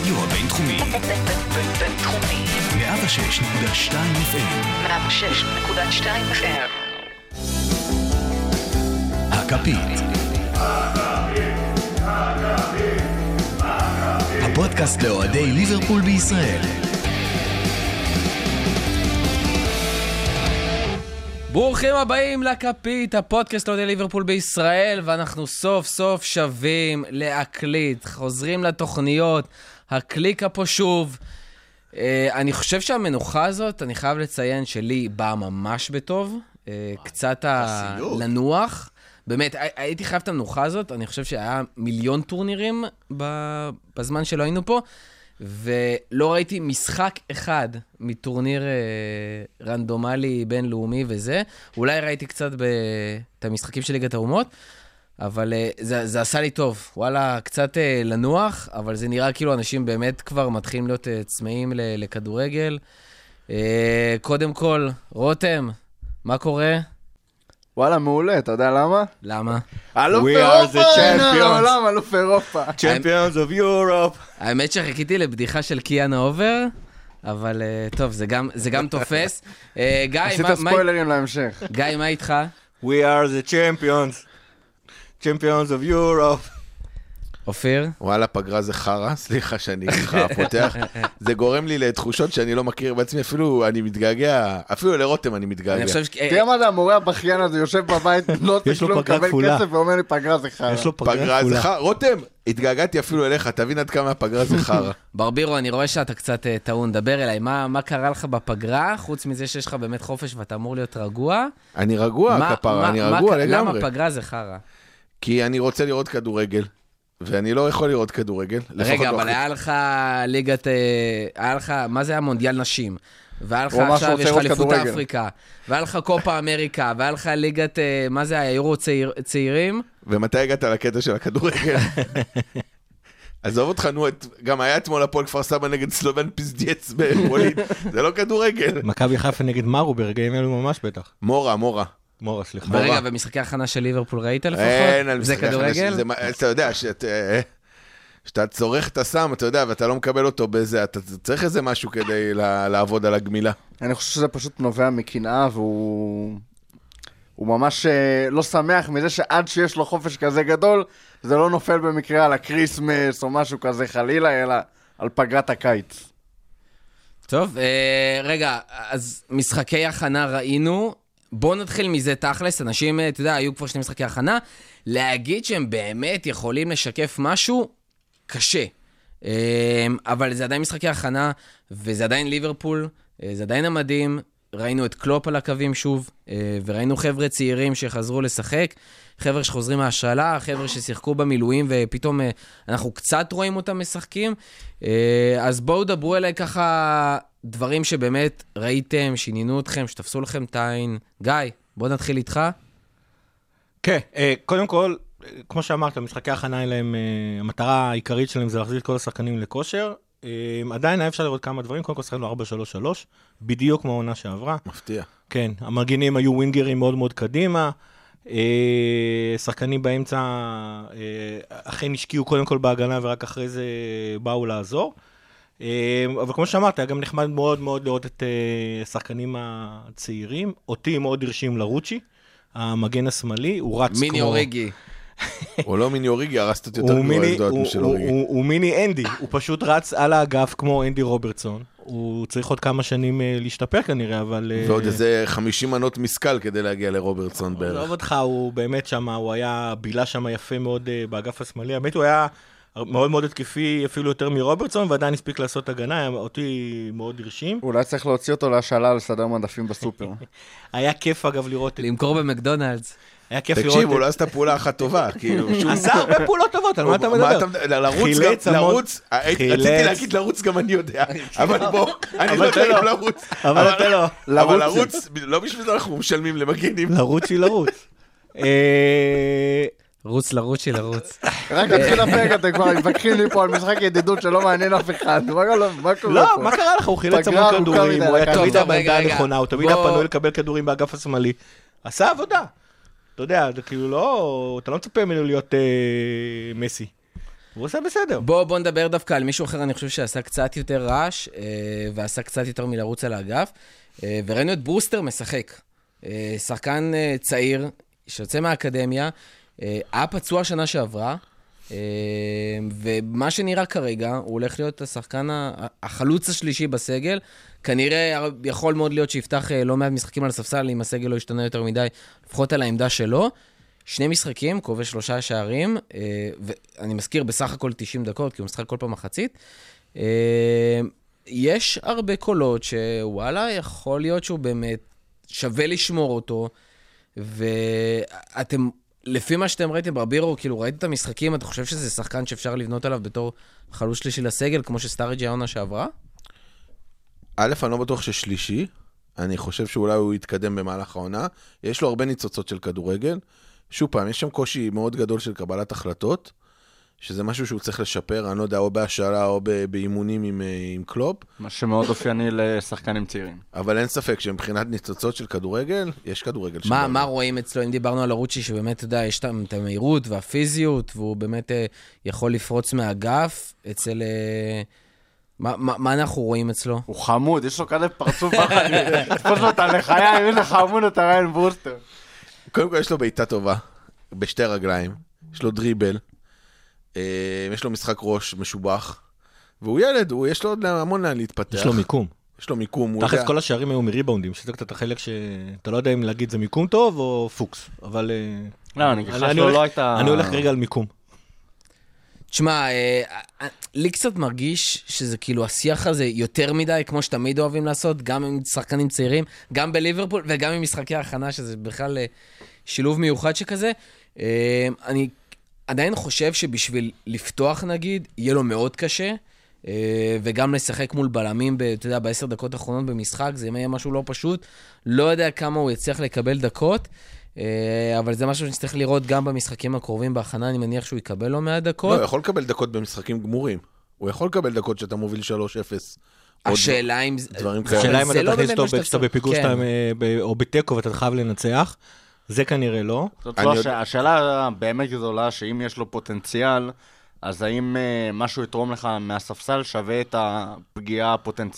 הרדיו הבינתחומי. בינתחומי. 106.2 FM. 106.2 FM. הכפית. הפודקאסט לאוהדי ליברפול בישראל. ברוכים הבאים לכפית, הפודקאסט לאוהדי ליברפול בישראל, ואנחנו סוף סוף שווים להקליט, חוזרים לתוכניות, הקליקה פה שוב. אני חושב שהמנוחה הזאת, אני חייב לציין שלי באה ממש בטוב, קצת לנוח. באמת, הייתי חייב את המנוחה הזאת, אני חושב שהיה מיליון טורנירים בזמן שלא היינו פה, ולא ראיתי משחק אחד מטורניר רנדומלי בינלאומי וזה. אולי ראיתי קצת את המשחקים של ליגת האומות, אבל זה עשה לי טוב. וואלה, קצת לנוח, אבל זה נראה כאילו אנשים באמת כבר מתחילים להיות צמאים לכדורגל. קודם כל, רותם, מה קורה? וואלה, מעולה, אתה יודע למה? למה? אלוף אירופה, העולם, אלוף אירופה. Champions of Europe. האמת שחיכיתי לבדיחה של קיאן אובר, אבל טוב, זה גם תופס. גיא, עשית ספוילרים להמשך. גיא, מה איתך? We are the champions. Champions of Europe. אופיר? וואלה, פגרה זה חרה, סליחה שאני ככה פותח. זה גורם לי לתחושות שאני לא מכיר בעצמי, אפילו אני מתגעגע, אפילו לרותם אני מתגעגע. תראה מה זה, המורה הבכיין הזה יושב בבית, לא תשלום, מקבל כסף ואומר לי פגרה זה חרה. יש לו פגרה זה כפולה. חרה. רותם, התגעגעתי אפילו אליך, תבין עד כמה הפגרה זה חרה. ברבירו, אני רואה שאתה קצת טעון, דבר אליי, מה קרה לך בפגרה, חוץ מזה שיש לך באמת חופש ואתה אמור להיות רגוע? אני רגוע, כפרה, אני רגוע לגמרי. למה פגרה זה חרה? כי אני רוצה לראות כדורגל, ואני לא יכול לראות כדורגל. רגע, אבל היה לך ליגת, היה לך, מה זה היה מונדיאל נשים? והיה לך עכשיו, יש לך אליפות אפריקה, והיה לך קופה אמריקה, והיה לך ליגת, מה זה היה, יורו צעירים? ומתי הגעת לקטע של הכדורגל? עזוב אותך, נו, גם היה אתמול הפועל כפר סבא נגד סלובן פיזדיאץ בפולין, זה לא כדורגל. מכבי חיפה נגד מרו ברגעים אלו ממש בטח. מורה, סליחה. ורגע, במשחקי הכנה של ליברפול ראית לפחות? אין, זה כדורגל? אתה יודע שאתה צורך את הסם, אתה יודע, ואתה לא מקבל אותו בזה, אתה צריך איזה משהו כדי לעבוד על הגמילה. אני חושב שזה פשוט נובע מקנאה, והוא ממש לא שמח מזה שעד שיש לו חופש כזה גדול, זה לא נופל במקרה על הקריסמס או משהו כזה חלילה, אלא על פגרת הקיץ. טוב, רגע, אז משחקי הכנה ראינו, בואו נתחיל מזה תכלס, אנשים, אתה יודע, היו כבר שני משחקי הכנה, להגיד שהם באמת יכולים לשקף משהו קשה. אבל זה עדיין משחקי הכנה, וזה עדיין ליברפול, זה עדיין המדהים, ראינו את קלופ על הקווים שוב, וראינו חבר'ה צעירים שחזרו לשחק, חבר'ה שחוזרים מהשאלה, חבר'ה ששיחקו במילואים, ופתאום אנחנו קצת רואים אותם משחקים. אז בואו דברו אליי ככה דברים שבאמת ראיתם, שינינו אתכם, שתפסו לכם את העין. גיא, בואו נתחיל איתך. כן, קודם כל, כמו שאמרת, משחקי ההכנה האלה, המטרה העיקרית שלהם זה להחזיר את כל השחקנים לכושר. עדיין היה אפשר לראות כמה דברים, קודם כל שחקנו 4-3-3, בדיוק כמו העונה שעברה. מפתיע. כן, המגנים היו ווינגרים מאוד מאוד קדימה, שחקנים באמצע אכן השקיעו קודם כל בהגנה ורק אחרי זה באו לעזור. אבל כמו שאמרת, היה גם נחמד מאוד מאוד לראות את השחקנים הצעירים. אותי מאוד הרשים לרוצ'י, המגן השמאלי, הוא רץ כמו... מיני אוריגי. הוא לא מיני אוריגי, הרסת אותי יותר גדול של אוריגי. הוא מיני אנדי, הוא פשוט רץ על האגף כמו אנדי רוברטסון. הוא צריך עוד כמה שנים להשתפר כנראה, אבל... ועוד איזה 50 מנות משקל כדי להגיע לרוברטסון בערך. עזוב אותך, הוא באמת שם, הוא היה בילה שם יפה מאוד באגף השמאלי. האמת הוא היה מאוד מאוד התקפי, אפילו יותר מרוברטסון, ועדיין הספיק לעשות הגנה, אותי מאוד הרשים. אולי צריך להוציא אותו להשאלה לסדר מדפים בסופר. היה כיף אגב לראות... למכור במקדונלדס. היה כיף לראות... תקשיב, הוא לא עשתה פעולה אחת טובה, כאילו... עשה הרבה פעולות טובות, על מה אתה מדבר? לרוץ, רציתי להגיד לרוץ גם אני יודע, אבל בוא, אני לא יודע אם לרוץ. אבל אתה לא. אבל לרוץ, לא בשביל זה אנחנו משלמים למגנים. לרוץ היא לרוץ. לרוץ. רק התחיל הפרק, אתם כבר מתווכחים לי פה על משחק ידידות שלא מעניין אף אחד. מה קורה פה? לא, מה קרה לך? הוא חילץ המון כדורים, הוא היה תמיד בעמדה רגע. הנכונה, הוא תמיד היה פנוי לקבל כדורים באגף השמאלי. עשה עבודה. אתה יודע, זה כאילו לא... אתה לא מצפה ממנו להיות מסי. הוא עושה בסדר. בוא נדבר דווקא על מישהו אחר, אני חושב שעשה קצת יותר רעש, ועשה קצת יותר מלרוץ על האגף, וראינו את ברוסטר משחק. שחקן צעיר, שיוצא מהאקדמיה, היה פצוע שנה שעברה, ומה שנראה כרגע, הוא הולך להיות השחקן החלוץ השלישי בסגל, כנראה יכול מאוד להיות שיפתח לא מעט משחקים על הספסל, אם הסגל לא ישתנה יותר מדי, לפחות על העמדה שלו. 2 משחקים, כובש 3 שערים, ואני מזכיר בסך הכל 90 דקות, כי הוא משחק כל פעם מחצית. יש הרבה קולות שוואלה, יכול להיות שהוא באמת שווה לשמור אותו, ואתם, לפי מה שאתם ראיתם ברבירו, כאילו ראיתם את המשחקים, אתה חושב שזה שחקן שאפשר לבנות עליו בתור חלוץ שלישי לסגל, כמו שסטארג'י העונה שעברה? א', אני לא בטוח ששלישי, אני חושב שאולי הוא יתקדם במהלך העונה, יש לו הרבה ניצוצות של כדורגל, שוב פעם, יש שם קושי מאוד גדול של קבלת החלטות, שזה משהו שהוא צריך לשפר, אני לא יודע, או בהשאלה או באימונים עם קלופ. מה שמאוד אופייני לשחקנים צעירים. אבל אין ספק שמבחינת ניצוצות של כדורגל, יש כדורגל שם. מה רואים אצלו? אם דיברנו על הרוצ'י, שבאמת, אתה יודע, יש את המהירות והפיזיות, והוא באמת יכול לפרוץ מהאגף, אצל... מה אנחנו רואים אצלו? הוא חמוד, יש לו כזה פרצוף אחת, תפוס לו את הלחיה, אם איזה חמוד אתה ריין ברוסטר. קודם כל יש לו בעיטה טובה, בשתי רגליים, יש לו דריבל, יש לו משחק ראש משובח, והוא ילד, יש לו עוד המון לאן להתפתח. יש לו מיקום. יש לו מיקום. תחת כל השערים היו מריבאונדים, שזה קצת החלק שאתה לא יודע אם להגיד זה מיקום טוב או פוקס, אבל... לא, אני חושב שלא לא הייתה... אני הולך רגע על מיקום. תשמע, לי קצת מרגיש שזה כאילו השיח הזה יותר מדי, כמו שתמיד אוהבים לעשות, גם עם שחקנים צעירים, גם בליברפול וגם עם משחקי ההכנה, שזה בכלל שילוב מיוחד שכזה. אני עדיין חושב שבשביל לפתוח נגיד, יהיה לו מאוד קשה, וגם לשחק מול בלמים, אתה יודע, ב10 דקות האחרונות במשחק, זה יהיה משהו לא פשוט, לא יודע כמה הוא יצליח לקבל דקות, אבל זה משהו שצריך לראות גם במשחקים הקרובים בהכנה, אני מניח שהוא יקבל לו 100 דקות. לא, הוא יכול לקבל דקות במשחקים גמורים. הוא יכול לקבל דקות שאתה מוביל 3-0. השאלה אם... השאלה אם אתה תכניס אותו שאתה בפיגור שאתה או בטקו ואתה חייב לנצח, זה כנראה לא. זאת לא השאלה באמת גדולה, שאם יש לו פוטנציאל, אז האם משהו יתרום לך מהספסל שווה את הפגיעה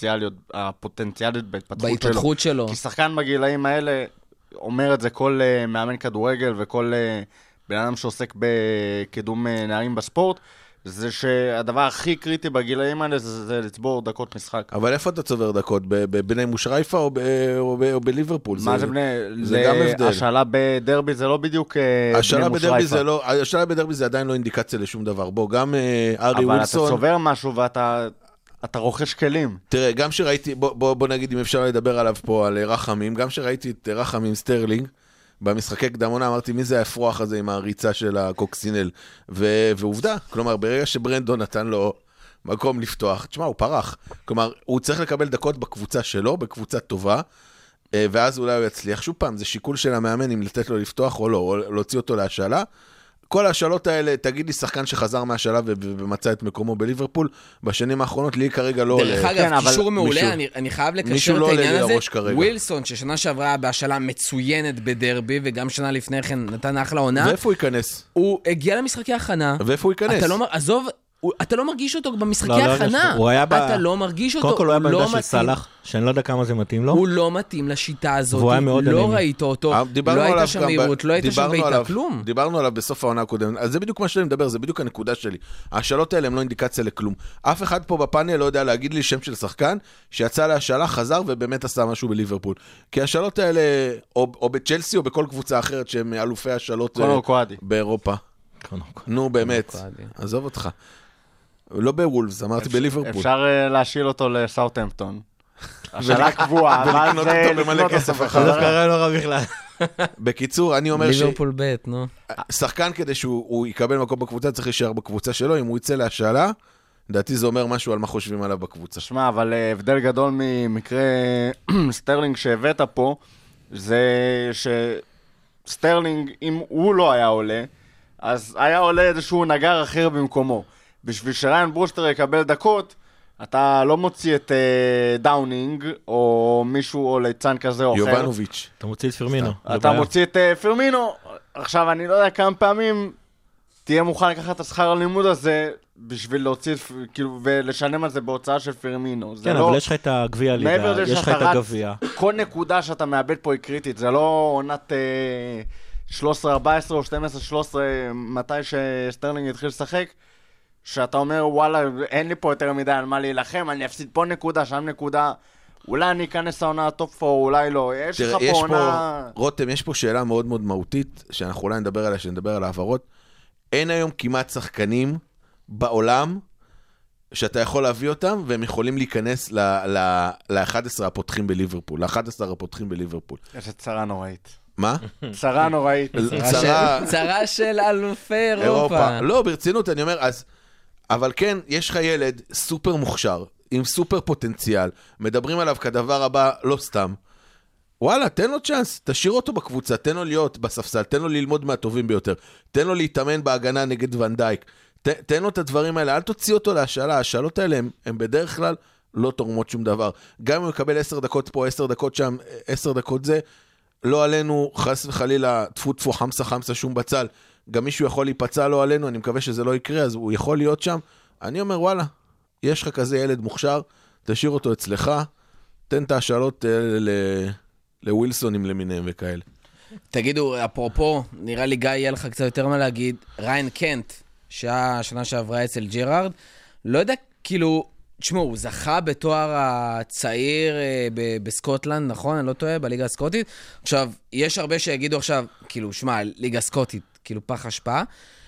הפוטנציאלית בהתפתחות שלו? כי שחקן בגילאים האלה... אומר את זה כל מאמן כדורגל וכל בן אדם שעוסק בקידום נערים בספורט, זה שהדבר הכי קריטי בגילאים האלה זה לצבור דקות משחק. אבל איפה אתה צובר דקות? בבני מושרייפה או בליברפול? מה זה בני? זה גם הבדל. השאלה בדרבי זה לא בדיוק בני מושרייפה. השאלה בדרבי זה עדיין לא אינדיקציה לשום דבר. בוא, גם ארי אבל וילסון... אתה צובר משהו ואתה רוכש כלים. תראה, גם שראיתי, בוא נגיד אם אפשר לדבר עליו פה על רחמים, גם שראיתי את רחמים סטרלינג, במשחקי קדמונה אמרתי מי זה האפרוח הזה עם הריצה של הקוקסינל, ועובדה, כלומר ברגע שברנדון נתן לו מקום לפתוח, תשמע, הוא פרח, כלומר הוא צריך לקבל דקות בקבוצה שלו, בקבוצה טובה, ואז אולי הוא יצליח, שוב פעם, זה שיקול של המאמן אם לתת לו לפתוח או לא, או להוציא אותו להשאלה, כל השאלות האלה, תגיד לי שחקן שחזר מהשאלה ומצא את מקומו בליברפול, בשנים האחרונות לי כרגע לא עולה. דרך אגב, קישור מעולה, אני חייב לקשר את העניין הזה. ווילסון, ששנה שעברה בהשאלה מצוינת בדרבי, וגם שנה לפני כן נתן אחלה עונה. ואיפה הוא ייכנס? הוא הגיע למשחקי הכנה. ואיפה הוא ייכנס? עזוב, אתה לא מרגיש אותו במשחקי הכנה. אתה לא מרגיש אותו. קודם כל הוא היה בעמדה של סלאח, שאני לא יודע כמה זה מתאים לו. הוא לא מתאים לשיטה הזאת. לא ראית אותו. לא היית שם מהירות, לא היית שם בעיטה, כלום. דיברנו עליו בסוף העונה הקודמת. אז זה בדיוק מה שאני מדבר, זה בדיוק הנקודה שלי. השאלות האלה הן לא אינדיקציה לכלום. אף אחד פה בפאנל לא יודע להגיד לי שם של שחקן שיצא להשאלה, חזר ובאמת עשה משהו בליברפול. כי השאלות האלה, או בצ'לסי או בכל קבוצה אחרת שהם אלופי השאלות באירופה. נו באמת, עזוב אותך. לא בוולפס, אמרתי בליברפול. אפשר להשיל אותו לסאות'המפטון. השאלה קבועה, ולקנות אותו במלא כסף אחר. זה דווקא לא רע בכלל. בקיצור, אני אומר ליברפול בית, נו. שחקן כדי שהוא יקבל מקום בקבוצה, צריך להישאר בקבוצה שלו. אם הוא יצא להשאלה, לדעתי זה אומר משהו על מה חושבים עליו בקבוצה. שמע, אבל הבדל גדול ממקרה סטרלינג שהבאת פה, זה שסטרלינג, אם הוא לא היה עולה, אז היה עולה איזשהו נגר אחר במקומו. בשביל שריין ברוסטר יקבל דקות, אתה לא מוציא את דאונינג, או מישהו, או ליצן כזה או אחר. יובנוביץ'. אתה מוציא את פרמינו. אתה מוציא את פרמינו. עכשיו, אני לא יודע כמה פעמים תהיה מוכן לקחת את השכר הלימוד הזה בשביל להוציא, כאילו, ולשלם על זה בהוצאה של פרמינו. כן, אבל יש לך את הגביע ליגה, יש לך את הגביע. כל נקודה שאתה מאבד פה היא קריטית, זה לא עונת 13-14 או 12-13, מתי שסטרלינג התחיל לשחק, שאתה אומר, וואלה, אין לי פה יותר מדי על מה להילחם, אני אפסיד פה נקודה, שם נקודה, אולי אני אכנס לעונה הטופ 4, אולי לא. יש לך פה עונה... רותם, יש פה שאלה מאוד מאוד מהותית, שאנחנו אולי נדבר עליה, שנדבר על העברות. אין היום כמעט שחקנים בעולם שאתה יכול להביא אותם, והם יכולים להיכנס ל-11 הפותחים בליברפול, ל-11 הפותחים בליברפול. יש את צרה נוראית. מה? צרה נוראית. צרה של אלופי אירופה. לא, ברצינות, אני אומר, אז... אבל כן, יש לך ילד סופר מוכשר, עם סופר פוטנציאל, מדברים עליו כדבר הבא, לא סתם. וואלה, תן לו צ'אנס, תשאיר אותו בקבוצה, תן לו להיות בספסל, תן לו ללמוד מהטובים ביותר, תן לו להתאמן בהגנה נגד ונדייק, תן לו את הדברים האלה, אל תוציא אותו להשאלה, השאלות האלה הם בדרך כלל לא תורמות שום דבר. גם אם הוא יקבל 10 דקות פה, 10 דקות שם, 10 דקות זה, לא עלינו, חס וחלילה, תפו חמסה שום בצל, גם מישהו יכול להיפצע לא עלינו, אני מקווה שזה לא יקרה, אז הוא יכול להיות שם. אני אומר, וואלה, יש לך כזה ילד מוכשר, תשאיר אותו אצלך, תן את השאלות לווילסונים למיניהם וכאלה. תגידו, אפרופו, נראה לי גיא יהיה לך קצת יותר מה להגיד, ריין קנט, שהשנה שעברה אצל ג'רארד, לא יודע, כאילו, תשמעו, הוא זכה בתואר הצעיר בסקוטלנד, נכון? אני לא טועה, בליגה הסקוטית. עכשיו, יש הרבה שיגידו עכשיו, כאילו, שמע, ליגה סקוטית, כאילו פח השפעה,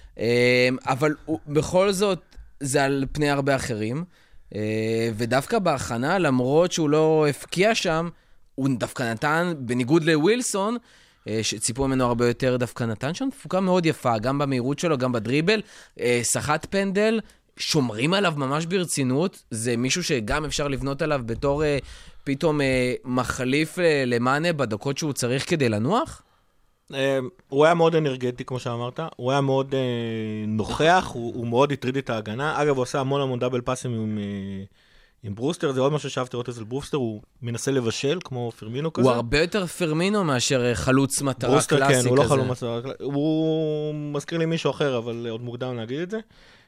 אבל בכל זאת, זה על פני הרבה אחרים, ודווקא בהכנה, למרות שהוא לא הפקיע שם, הוא דווקא נתן, בניגוד לווילסון, שציפו ממנו הרבה יותר, דווקא נתן שם תפוקה מאוד יפה, גם במהירות שלו, גם בדריבל, שחט פנדל, שומרים עליו ממש ברצינות, זה מישהו שגם אפשר לבנות עליו בתור פתאום מחליף למאנה בדקות שהוא צריך כדי לנוח? הוא היה מאוד אנרגטי, כמו שאמרת, הוא היה מאוד נוכח, הוא מאוד הטריד את ההגנה, אגב הוא עושה המון דאבל פאסים עם ברוסטר, זה עוד משהו שאהבתי לראות אצל ברוסטר, הוא מנסה לבשל, כמו פרמינו כזה. הוא הרבה יותר פרמינו מאשר חלוץ מטרה קלאסי כזה. ברוסטר כן, הוא לא חלוץ מטרה קלאסי, הוא מזכיר לי מישהו אחר, אבל עוד מוקדם להגיד את זה.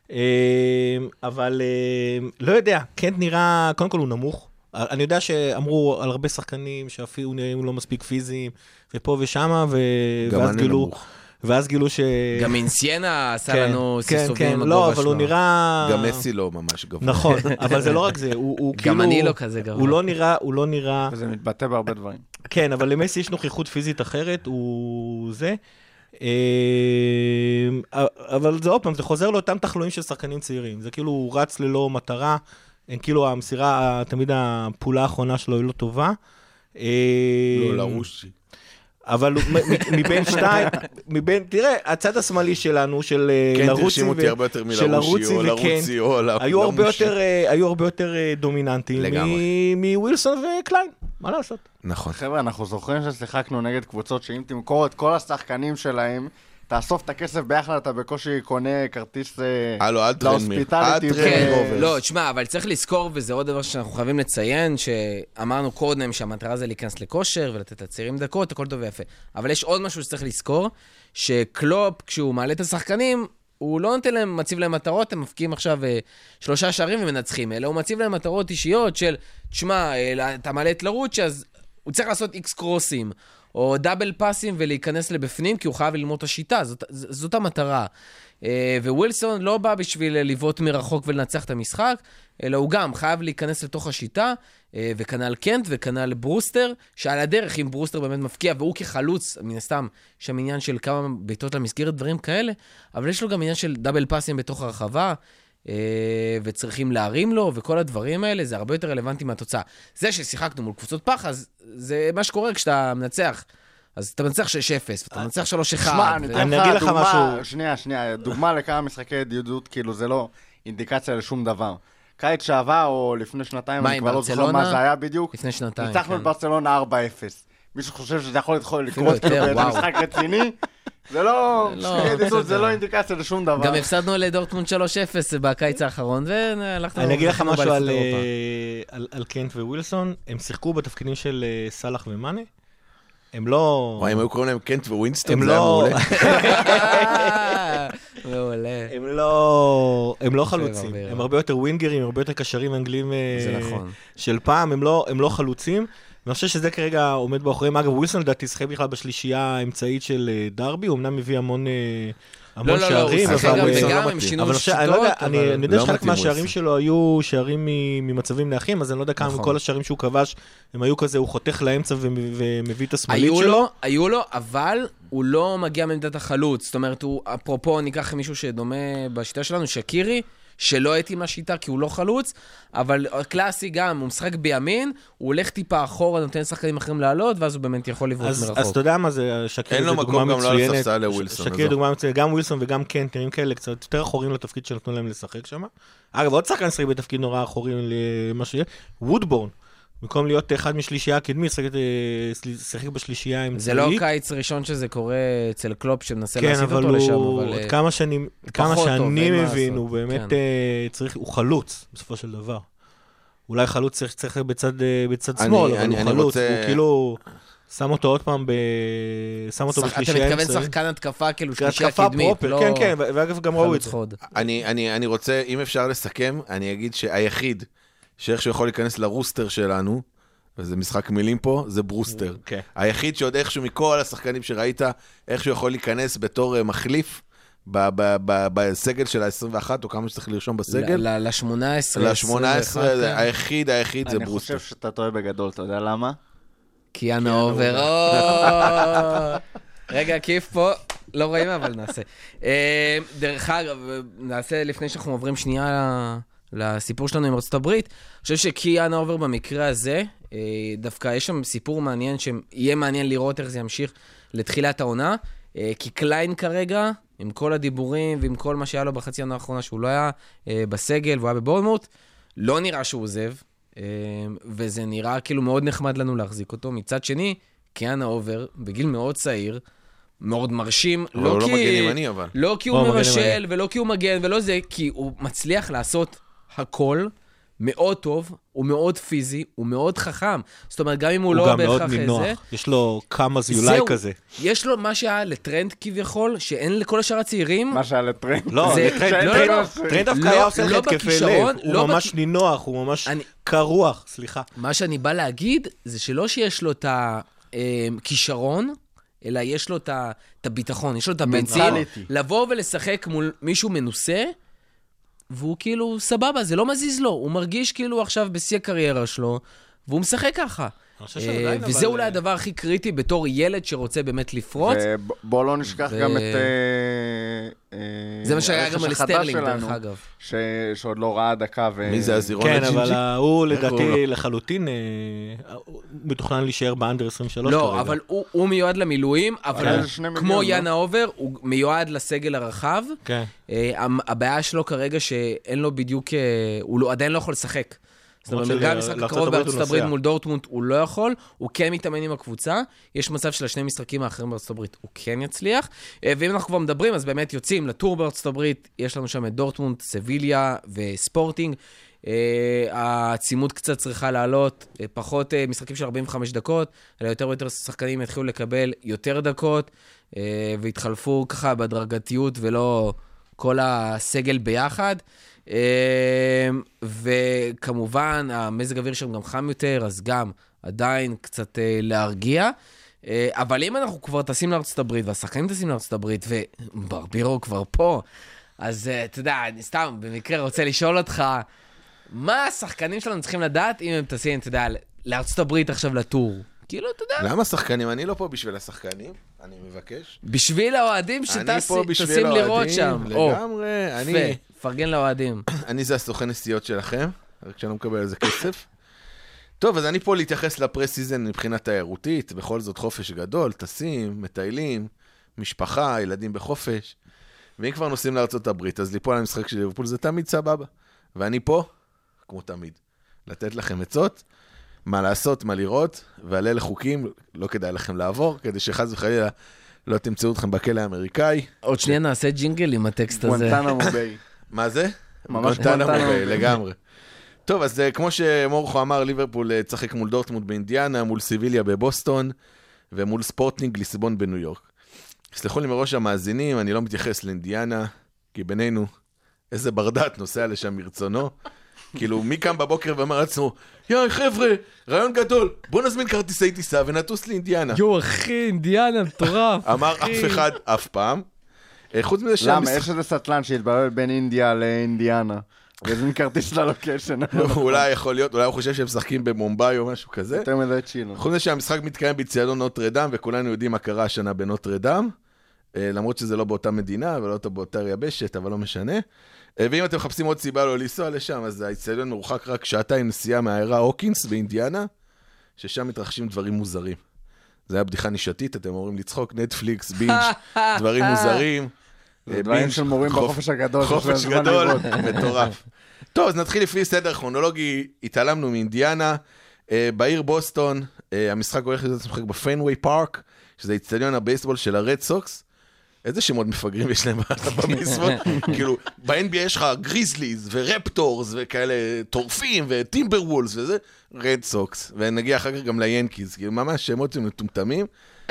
אבל לא יודע, קנט נראה, קודם כל הוא נמוך. אני יודע שאמרו על הרבה שחקנים שאפילו נראים לא מספיק פיזיים, ופה ושמה, ואז גילו ש... גם אינסיאנה עשה לנו סיסובים עם הגובה שלו. לא, אבל הוא נראה... גם מסי לא ממש גבוה. נכון, אבל זה לא רק זה, הוא כאילו... גם אני לא כזה גבוה. הוא לא נראה... וזה מתבטא בהרבה דברים. כן, אבל למסי יש נוכחות פיזית אחרת, הוא זה... אבל זה עוד פעם, זה חוזר לאותם תחלואים של שחקנים צעירים, זה כאילו הוא רץ ללא מטרה, כאילו המסירה, תמיד הפעולה האחרונה שלו היא לא טובה. לא לרושי. אבל מבין, תראה, הצד השמאלי שלנו, של לרוצי וקן, היו הרבה יותר דומיננטיים מווילסון וקליין, מה לעשות? נכון. חבר'ה, אנחנו זוכרים ששיחקנו נגד קבוצות שאם תמכור את כל השחקנים שלהם, תאסוף את הכסף ביחד, אתה בקושי קונה כרטיס להוספיטליטי. לא, תשמע, אבל צריך לזכור, וזה עוד דבר שאנחנו חייבים לציין, שאמרנו קודם שהמטרה זה להיכנס לכושר ולתת לצעירים דקות, הכל טוב ויפה. אבל יש עוד משהו שצריך לזכור, שקלופ, כשהוא מעלה את השחקנים, הוא לא נותן להם, מציב להם מטרות, הם מפקיעים עכשיו 3 שערים ומנצחים, אלא הוא מציב להם מטרות אישיות של, תשמע, אתה מעלה את לרוץ, אז הוא צריך לעשות X קרוסים, או דאבל פאסים ולהיכנס לבפנים, כי הוא חייב ללמוד את השיטה, זאת המטרה. ווילסון לא בא בשביל לבעוט מרחוק ולנצח את המשחק, אלא הוא גם חייב להיכנס לתוך השיטה, וכנל קנט וכנל ברוסטר, שעל הדרך, אם ברוסטר באמת מפקיע, והוא כחלוץ, מן הסתם, שם עניין של כמה ביתות למסגרת, דברים כאלה, אבל יש לו גם עניין של דאבל פאסים בתוך הרחבה, וצריכים להרים לו, וכל הדברים האלה, זה הרבה יותר רלוונטי מהתוצאה. זה ששיחקנו מול קבוצות פח, אז זה מה שקורה כשאתה מנצח. אז אתה מנצח 6-0, ואתה מנצח 3-1. שמע, אני אגיד לך משהו. שנייה, דוגמה לכמה משחקי ידידות, כאילו זה לא אינדיקציה לשום דבר. קיץ שעבר, או לפני שנתיים, אני כבר לא זוכר מה זה היה בדיוק. לפני שנתיים, כן. ניצחנו את ברצלונה 4-0. מישהו חושב שזה יכול לקרות במשחק רציני? זה לא אינדיקציה לשום דבר. גם הפסדנו לדורטמונד 3-0 בקיץ האחרון, והלכנו... אני אגיד לך משהו על קנט ווילסון, הם שיחקו בתפקידים של סלאח ומאנה, הם לא... וואי, הם היו קוראים להם קנט ווינסטון, זה היה מעולה. מעולה. הם לא חלוצים, הם הרבה יותר ווינגרים, הרבה יותר קשרים אנגלים של פעם, הם לא חלוצים. אני חושב שזה כרגע עומד באחוריהם. אגב, ווילסון לדעתי שחק בכלל בשלישייה האמצעית של דרבי, הוא אמנם מביא המון שערים. הוא שחק גם וגם, הם שינו שיטות. אני יודע שחלק מהשערים שלו היו שערים ממצבים נאחים, אז אני לא יודע כמה מכל השערים שהוא כבש, הם היו כזה, הוא חותך לאמצע ומביא את השמאלית שלו. היו לו, אבל הוא לא מגיע מעמדת החלוץ. זאת אומרת, אפרופו, ניקח מישהו שדומה בשיטה שלנו, שקירי, שלא הייתי מהשיטה, כי הוא לא חלוץ, אבל קלאסי גם, הוא משחק בימין, הוא הולך טיפה אחורה, נותן שחקנים אחרים לעלות, ואז הוא באמת יכול לברות מרחוק. אז אתה יודע מה זה, שקירי זה דוגמה מצוינת. אין לו מקום גם לא לספסל לווילסון. שקירי דוגמה מצוינת, גם ווילסון וגם קנט, נראים כאלה קצת יותר אחורים לתפקיד שנתנו להם לשחק שם. אגב, עוד שחקן שחק בתפקיד נורא אחורים למה שיהיה, וודבורן. במקום להיות אחד משלישייה הקדמי, שחק בשלישייה האמצעית. זה לא קיץ ראשון שזה קורה אצל קלופ שמנסה להסיט אותו לשם, אבל כמה שאני מבין, הוא באמת הוא חלוץ, בסופו של דבר. אולי חלוץ צריך בצד שמאל, אבל הוא חלוץ, הוא כאילו שם אותו עוד פעם, שם אותו בשלישייה האמצעית. אתה מתכוון שחקן התקפה, כאילו שלישייה קדמית, כן, כן, ואגב גם ראו את זה. אני רוצה, אם אפשר לסכם, אני אגיד שהיחיד שאיכשהו יכול להיכנס לרוסטר שלנו, וזה משחק מילים פה, זה ברוסטר. היחיד שעוד איכשהו מכל השחקנים שראית, איכשהו יכול להיכנס בתור מחליף, בסגל של ה-21, או כמה שצריך לרשום בסגל. ל-18. היחיד זה ברוסטר. אני חושב שאתה טועה בגדול, אתה יודע למה? קיאנו אובר. רגע, כיף פה. לא רואים, אבל נעשה. דרך אגב, נעשה לפני שאנחנו עוברים שנייה לסיפור שלנו עם ארצות הברית. אני חושב שקיאנו אובר במקרה הזה, דווקא יש שם סיפור מעניין, שיהיה מעניין לראות איך זה ימשיך לתחילת העונה, כי קליין כרגע, עם כל הדיבורים ועם כל מה שהיה לו בחצי העונה האחרונה, שהוא לא היה בסגל והוא היה בבורנמוט, לא נראה שהוא עוזב, וזה נראה כאילו מאוד נחמד לנו להחזיק אותו. מצד שני, קיאנו אובר, בגיל מאוד צעיר, מאוד מרשים, לא כי הוא מבשל ולא כי הוא מגן ולא זה, כי הוא מצליח לעשות הכל מאוד טוב, הוא מאוד פיזי, הוא מאוד חכם. זאת אומרת, גם אם הוא לא בהכרח איזה... יש לו כמה זיולי כזה. יש לו מה שהיה לטרנד כביכול, שאין לכל השאר הצעירים. מה שהיה לטרנד. לא, טרנד דווקא היה עושה לך התקפי לב. הוא ממש נינוח, הוא ממש קרוח, סליחה. מה שאני בא להגיד, זה שלא שיש לו את הכישרון, אלא יש לו את הביטחון, יש לו את הבנזין, לבוא ולשחק מול מישהו מנוסה, והוא כאילו סבבה, זה לא מזיז לו, הוא מרגיש כאילו עכשיו בשיא הקריירה שלו, והוא משחק ככה. וזה אולי הדבר הכי קריטי בתור ילד שרוצה באמת לפרוץ. ובוא לא נשכח גם את... זה מה שהיה גם על סטרלינג, דרך אגב. שעוד לא ראה דקה ו... מי זה הזירון הג'ינג'י? כן, אבל הוא לדעתי לחלוטין מתוכנן להישאר באנדר 23 כרגע. לא, אבל הוא מיועד למילואים, אבל כמו יאנה אובר, הוא מיועד לסגל הרחב. הבעיה שלו כרגע שאין לו בדיוק... הוא עדיין לא יכול לשחק. זאת אומרת, גם משחק הקרוב בארצות הברית מול דורטמונד הוא לא יכול, הוא כן מתאמן עם הקבוצה, יש מצב של השני משחקים האחרים בארצות הברית, הוא כן יצליח, ואם אנחנו כבר מדברים, אז באמת יוצאים לטור בארצות הברית, יש לנו שם את דורטמונד, סביליה וספורטינג, העצימות קצת צריכה לעלות, פחות משחקים של 45 דקות, אלא יותר ויותר שחקנים יתחילו לקבל יותר דקות, והתחלפו ככה בהדרגתיות ולא כל הסגל ביחד, וכמובן המזג האוויר שם גם חם יותר, אז גם עדיין קצת להרגיע, אבל אם אנחנו כבר טסים לארצות הברית, והשחקנים טסים לארצות הברית, וברבירו כבר פה, אז אתה יודע, אני סתם במקרה רוצה לשאול אותך, מה השחקנים שלנו צריכים לדעת אם הם טסים, אתה יודע, לארצות הברית עכשיו לטור? כאילו, אתה יודע. למה שחקנים? אני לא פה בשביל השחקנים, אני מבקש. בשביל האוהדים שטסים לראות שם. לגמרי, אני... פרגן לאוהדים. אני זה הסוכן נסיעות שלכם, רק שאני לא מקבל על זה כסף. טוב, אז אני פה להתייחס לפרסיזן מבחינה תיירותית, בכל זאת חופש גדול, טסים, מטיילים, משפחה, ילדים בחופש, ואם כבר נוסעים לארצות הברית, אז ליפול על המשחק של ליברפול זה תמיד סבבה. ואני פה, כמו תמיד, לתת לכם עצות, מה לעשות, מה לראות, ועלה לחוקים, לא כדאי לכם לעבור, כדי שחז וחלילה לא תמצאו אתכם בכלא האמריקאי. עוד שנייה נעשה ג'ינגל עם הטקסט הזה. גואנטנמו ביי. מה זה? ממש גואנטנמו ביי, לגמרי. טוב, אז כמו שמורכו אמר, ליברפול צחק מול דורטמונד באינדיאנה, מול סיביליה בבוסטון, ומול ספורטינג ליסבון בניו יורק. סלחו לי מראש המאזינים, אני לא מתייחס לאינדיאנה, כי בינינו איזה ברדט נוסע לשם מרצונו. כאילו, מי קם בבוקר ואמר לעצמו, יאי חבר'ה, רעיון גדול, בוא נזמין כרטיסי טיסה ונטוס לאינדיאנה. יו, אחי, אינדיאנה, מטורף. אמר אף אחד אף פעם. חוץ מזה למה? יש איזה סטלן שהתברר בין אינדיה לאינדיאנה. והזמין כרטיס ללוקיישן. אולי יכול להיות, אולי הוא חושב שהם משחקים במומביי או משהו כזה. יותר מדי צ'ילו. חוץ מזה שהמשחק מתקיים באצטדיון נוטרדם, וכולנו יודעים מה קרה השנה בנוטרדם, למרות שזה לא באותה מדינה ולא באותה יבשת, אבל לא משנה. ואם אתם מחפשים עוד סיבה לא לנסוע לשם, אז האצטדיון מרוחק רק שעתיים נסיעה מהעיירה הוקינס באינדיאנה, ששם מתרחשים דברים מוזרים. זה היה בדיחה נישתית, אתם אומרים לצחוק, נטפליקס, בינג', דברים מוזרים. דברים של מורים בחופש הגדול. חופש גדול, מטורף. טוב, אז נתחיל לפי סדר כרונולוגי, התעלמנו מאינדיאנה, בעיר בוסטון, המשחק הולך להיות משחק בפיינווי פארק, שזה אצטדיון הבייסבול של הרד סוקס. איזה שמות מפגרים יש להם בבייסבול? כאילו, ב-NBA יש לך גריזליז ורפטורס וכאלה טורפים וטימבר וולס וזה, רד סוקס, ונגיע אחר כך גם ליאנקיז, כאילו ממש שמות מטומטמים,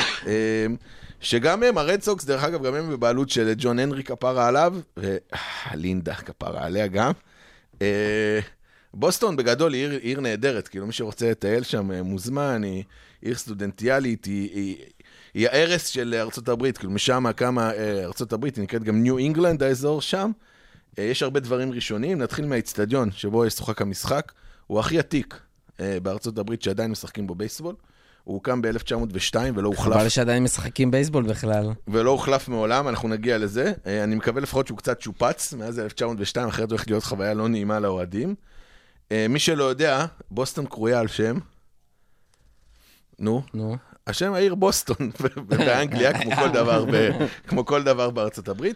שגם הם, הרד סוקס, דרך אגב, גם הם בבעלות של ג'ון הנרי כפרה עליו, ולינדה כפרה עליה גם. בוסטון בגדול היא עיר נהדרת, כאילו מי שרוצה לטייל שם מוזמן, היא עיר סטודנטיאלית, היא הערס של ארצות הברית, כאילו משם כמה ארצות הברית, היא נקראת גם ניו אינגלנד, האזור שם. יש הרבה דברים ראשונים, נתחיל מהאצטדיון שבו ישוחק המשחק, הוא הכי עתיק בארצות הברית שעדיין משחקים בו בייסבול. הוא הוקם ב-1902 ולא הוחלף. חבל שעדיין משחקים בייסבול בכלל. ולא הוחלף מעולם, אנחנו נגיע לזה. אני מקווה לפחות שהוא קצת שופץ מאז 1902, אחרת הולכת להיות חוויה לא נעימה לאוהדים. מי שלא יודע, בוסטון קרויה על שם. נו. השם העיר בוסטון, באנגליה, כמו כל דבר בארצות הברית.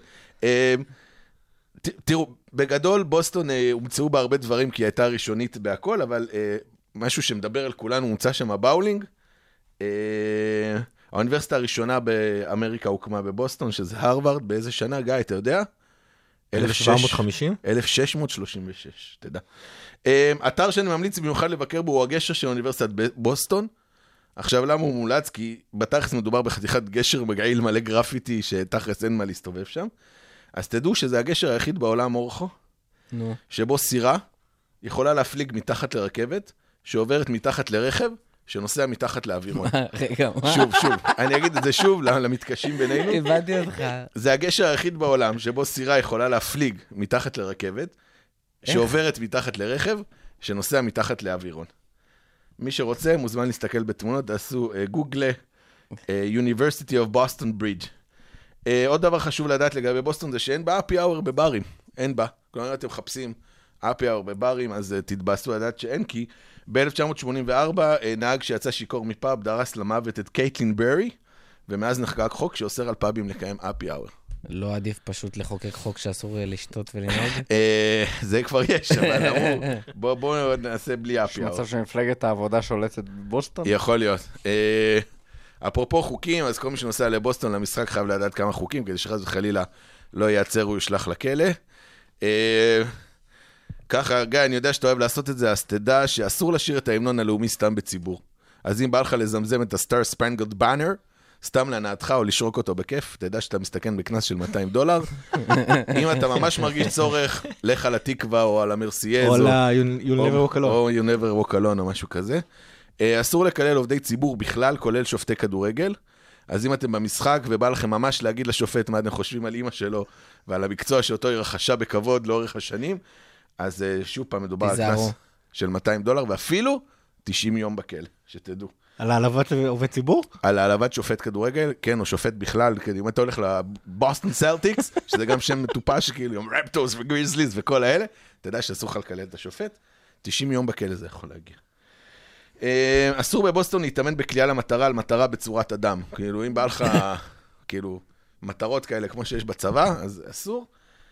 תראו, בגדול בוסטון הומצאו בה הרבה דברים, כי היא הייתה ראשונית בהכל, אבל משהו שמדבר על כולנו, הומצא שם הבאולינג. האוניברסיטה הראשונה באמריקה הוקמה בבוסטון, שזה הרווארד, באיזה שנה, גיא, אתה יודע? 1750? 1636, תדע. אתר שאני ממליץ במיוחד לבקר בו הוא הגשר של אוניברסיטת בוסטון. עכשיו, למה הוא מומלץ? כי בתכלס מדובר בחתיכת גשר מגעיל מלא גרפיטי, שתכלס אין מה להסתובב שם. אז תדעו שזה הגשר היחיד בעולם אורחו, שבו סירה יכולה להפליג מתחת לרכבת, שעוברת מתחת לרכב, שנוסע מתחת לאווירון. רגע, מה? שוב, אני אגיד את זה שוב למתקשים בינינו. הבנתי אותך. זה הגשר היחיד בעולם, שבו סירה יכולה להפליג מתחת לרכבת, שעוברת מתחת לרכב, שנוסע מתחת לאווירון. מי שרוצה, מוזמן להסתכל בתמונות, תעשו גוגל, University of Boston Bridge. עוד דבר חשוב לדעת לגבי בוסטון, זה שאין בה אפי אאואר בברים. אין בה. כלומר, אתם מחפשים אפי אאואר בברים, אז תתבאסו לדעת שאין, כי ב-1984 נהג שיצא שיקור מפאב דרס למוות את קייטלין ברי, ומאז נחקק חוק שאוסר על פאבים לקיים אפי אאואר. לא עדיף פשוט לחוקק חוק שאסור לשתות ולנהוג? זה כבר יש, אבל בואו נעשה בלי אפי אאואר. יש מצב שמפלגת העבודה שולטת בבוסטון? יכול להיות. אפרופו חוקים, אז כל מי שנוסע לבוסטון למשחק חייב לדעת כמה חוקים, כדי שחס וחלילה לא ייעצר או ישלח לכלא. ככה, גיא, אני יודע שאתה אוהב לעשות את זה, אז תדע שאסור לשיר את ההמנון הלאומי סתם בציבור. אז אם בא לך לזמזם את ה-Star Spangled Banner, סתם להנאתך או לשרוק אותו בכיף, תדע שאתה מסתכן בכנס של $200. אם אתה ממש מרגיש צורך, לך על התקווה או על המרסייז, או על You'll Never Walk Alone. או You'll Never Walk Alone או משהו כזה. אסור לקלל עובדי ציבור בכלל, כולל שופטי כדורגל. אז אם אתם במשחק ובא לכם ממש להגיד לשופט מה אתם חושבים על אמא שלו, ועל המקצוע שאותו היא רכשה בכבוד לאורך השנים, אז שוב פעם מדובר על קנס של $200, ואפילו 90 יום בכלא, שתדעו. על העלבת עובד ציבור? על העלבת שופט כדורגל, כן, או שופט בכלל, אם אתה הולך לבוסטון סלטיקס, שזה גם שם מטופש, כאילו, עם רפטורס וגריזליז וכל האלה, תדע שאסור לך לקלל את השופט, 90 יום בכלא זה יכול להגיע. אסור בבוסטון להתאמן בכלייה למטרה, על מטרה בצורת אדם. כאילו, אם בא לך, כאילו, מטרות כאלה, כמו שיש בצבא, אז אסור.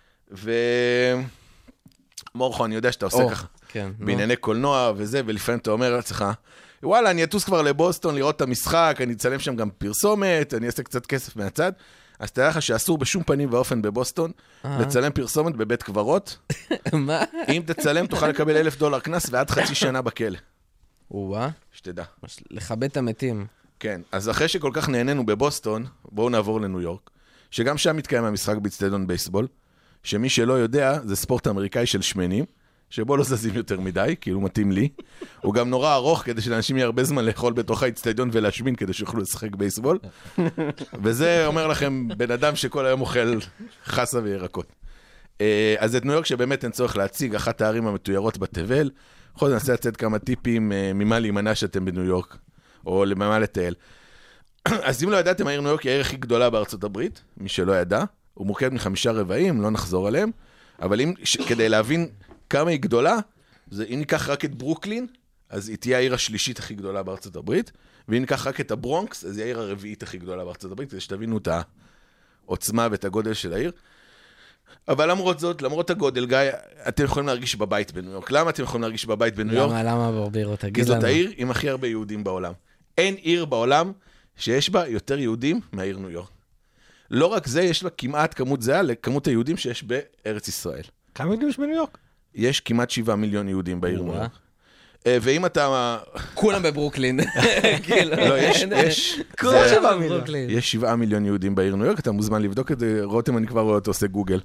מורכו, אני יודע שאתה עושה ככה, בענייני קולנוע וזה, ולפעמים אתה אומר לעצמך, וואלה, אני אטוס כבר לבוסטון לראות את המשחק, אני אצלם שם גם פרסומת, אני אעשה קצת כסף מהצד, אז תדע לך שאסור בשום פנים ואופן בבוסטון לצלם פרסומת בבית קברות. מה? אם תצלם, תוכל לקבל $1,000 קנס ועד חצי שנה בכלא. וואה. שתדע. לכבד את המתים. כן, אז אחרי שכל כך נהנינו בבוסטון, בואו נעבור לניו יורק, שגם שם מתקיים המשחק באצטדיון בייסבול, שמי שלא יודע, זה ספורט אמריקאי של שמנים, שבו לא זזים יותר מדי, כאילו מתאים לי. הוא גם נורא ארוך, כדי שלאנשים יהיה הרבה זמן לאכול בתוך האצטדיון ולהשמין, כדי שיוכלו לשחק בייסבול. וזה אומר לכם, בן אדם שכל היום אוכל חסה וירקות. אז את ניו יורק שבאמת אין צורך להציג, אחת הערים המתוירות בתבל. בכל זאת ננסה לצאת כמה טיפים ממה להימנע שאתם בניו יורק, או למה לטייל. אז אם לא ידעתם, העיר ניו יורק היא העיר הכי גדולה בארצות הברית, מי שלא ידע. הוא מורכב מ5 רבעים, לא נחזור עליהם. אבל כדי להבין כמה היא גדולה, אם ניקח רק את ברוקלין, אז היא תהיה העיר השלישית הכי גדולה בארצות הברית, ואם ניקח רק את הברונקס, אז היא העיר הרביעית הכי גדולה בארצות הברית, כדי שתבינו את העוצמה ואת הגודל של העיר. אבל למרות זאת, למרות הגודל, גיא, אתם יכולים להרגיש בבית בניו יורק. למה אתם יכולים להרגיש בבית בניו יורק? למה ברבירו? תגיד לנו. כי זאת העיר עם הכי הרבה יהודים בעולם. אין עיר בעולם שיש בה יותר יהודים מהעיר ניו יורק. לא רק זה, יש לה כמעט כמות זהה לכמות היהודים שיש בארץ ישראל. כמה יהודים יש בניו יורק? יש כמעט 7 מיליון יהודים בעיר ניו יורק. ואם אתה... כולם בברוקלין. לא, יש... כולם 7 מיליון. יש 7 מיליון יהודים בעיר ניו יורק, אתה מוזמן לבדוק את זה, רותם, אני כבר רואה אותו עושה גוגל.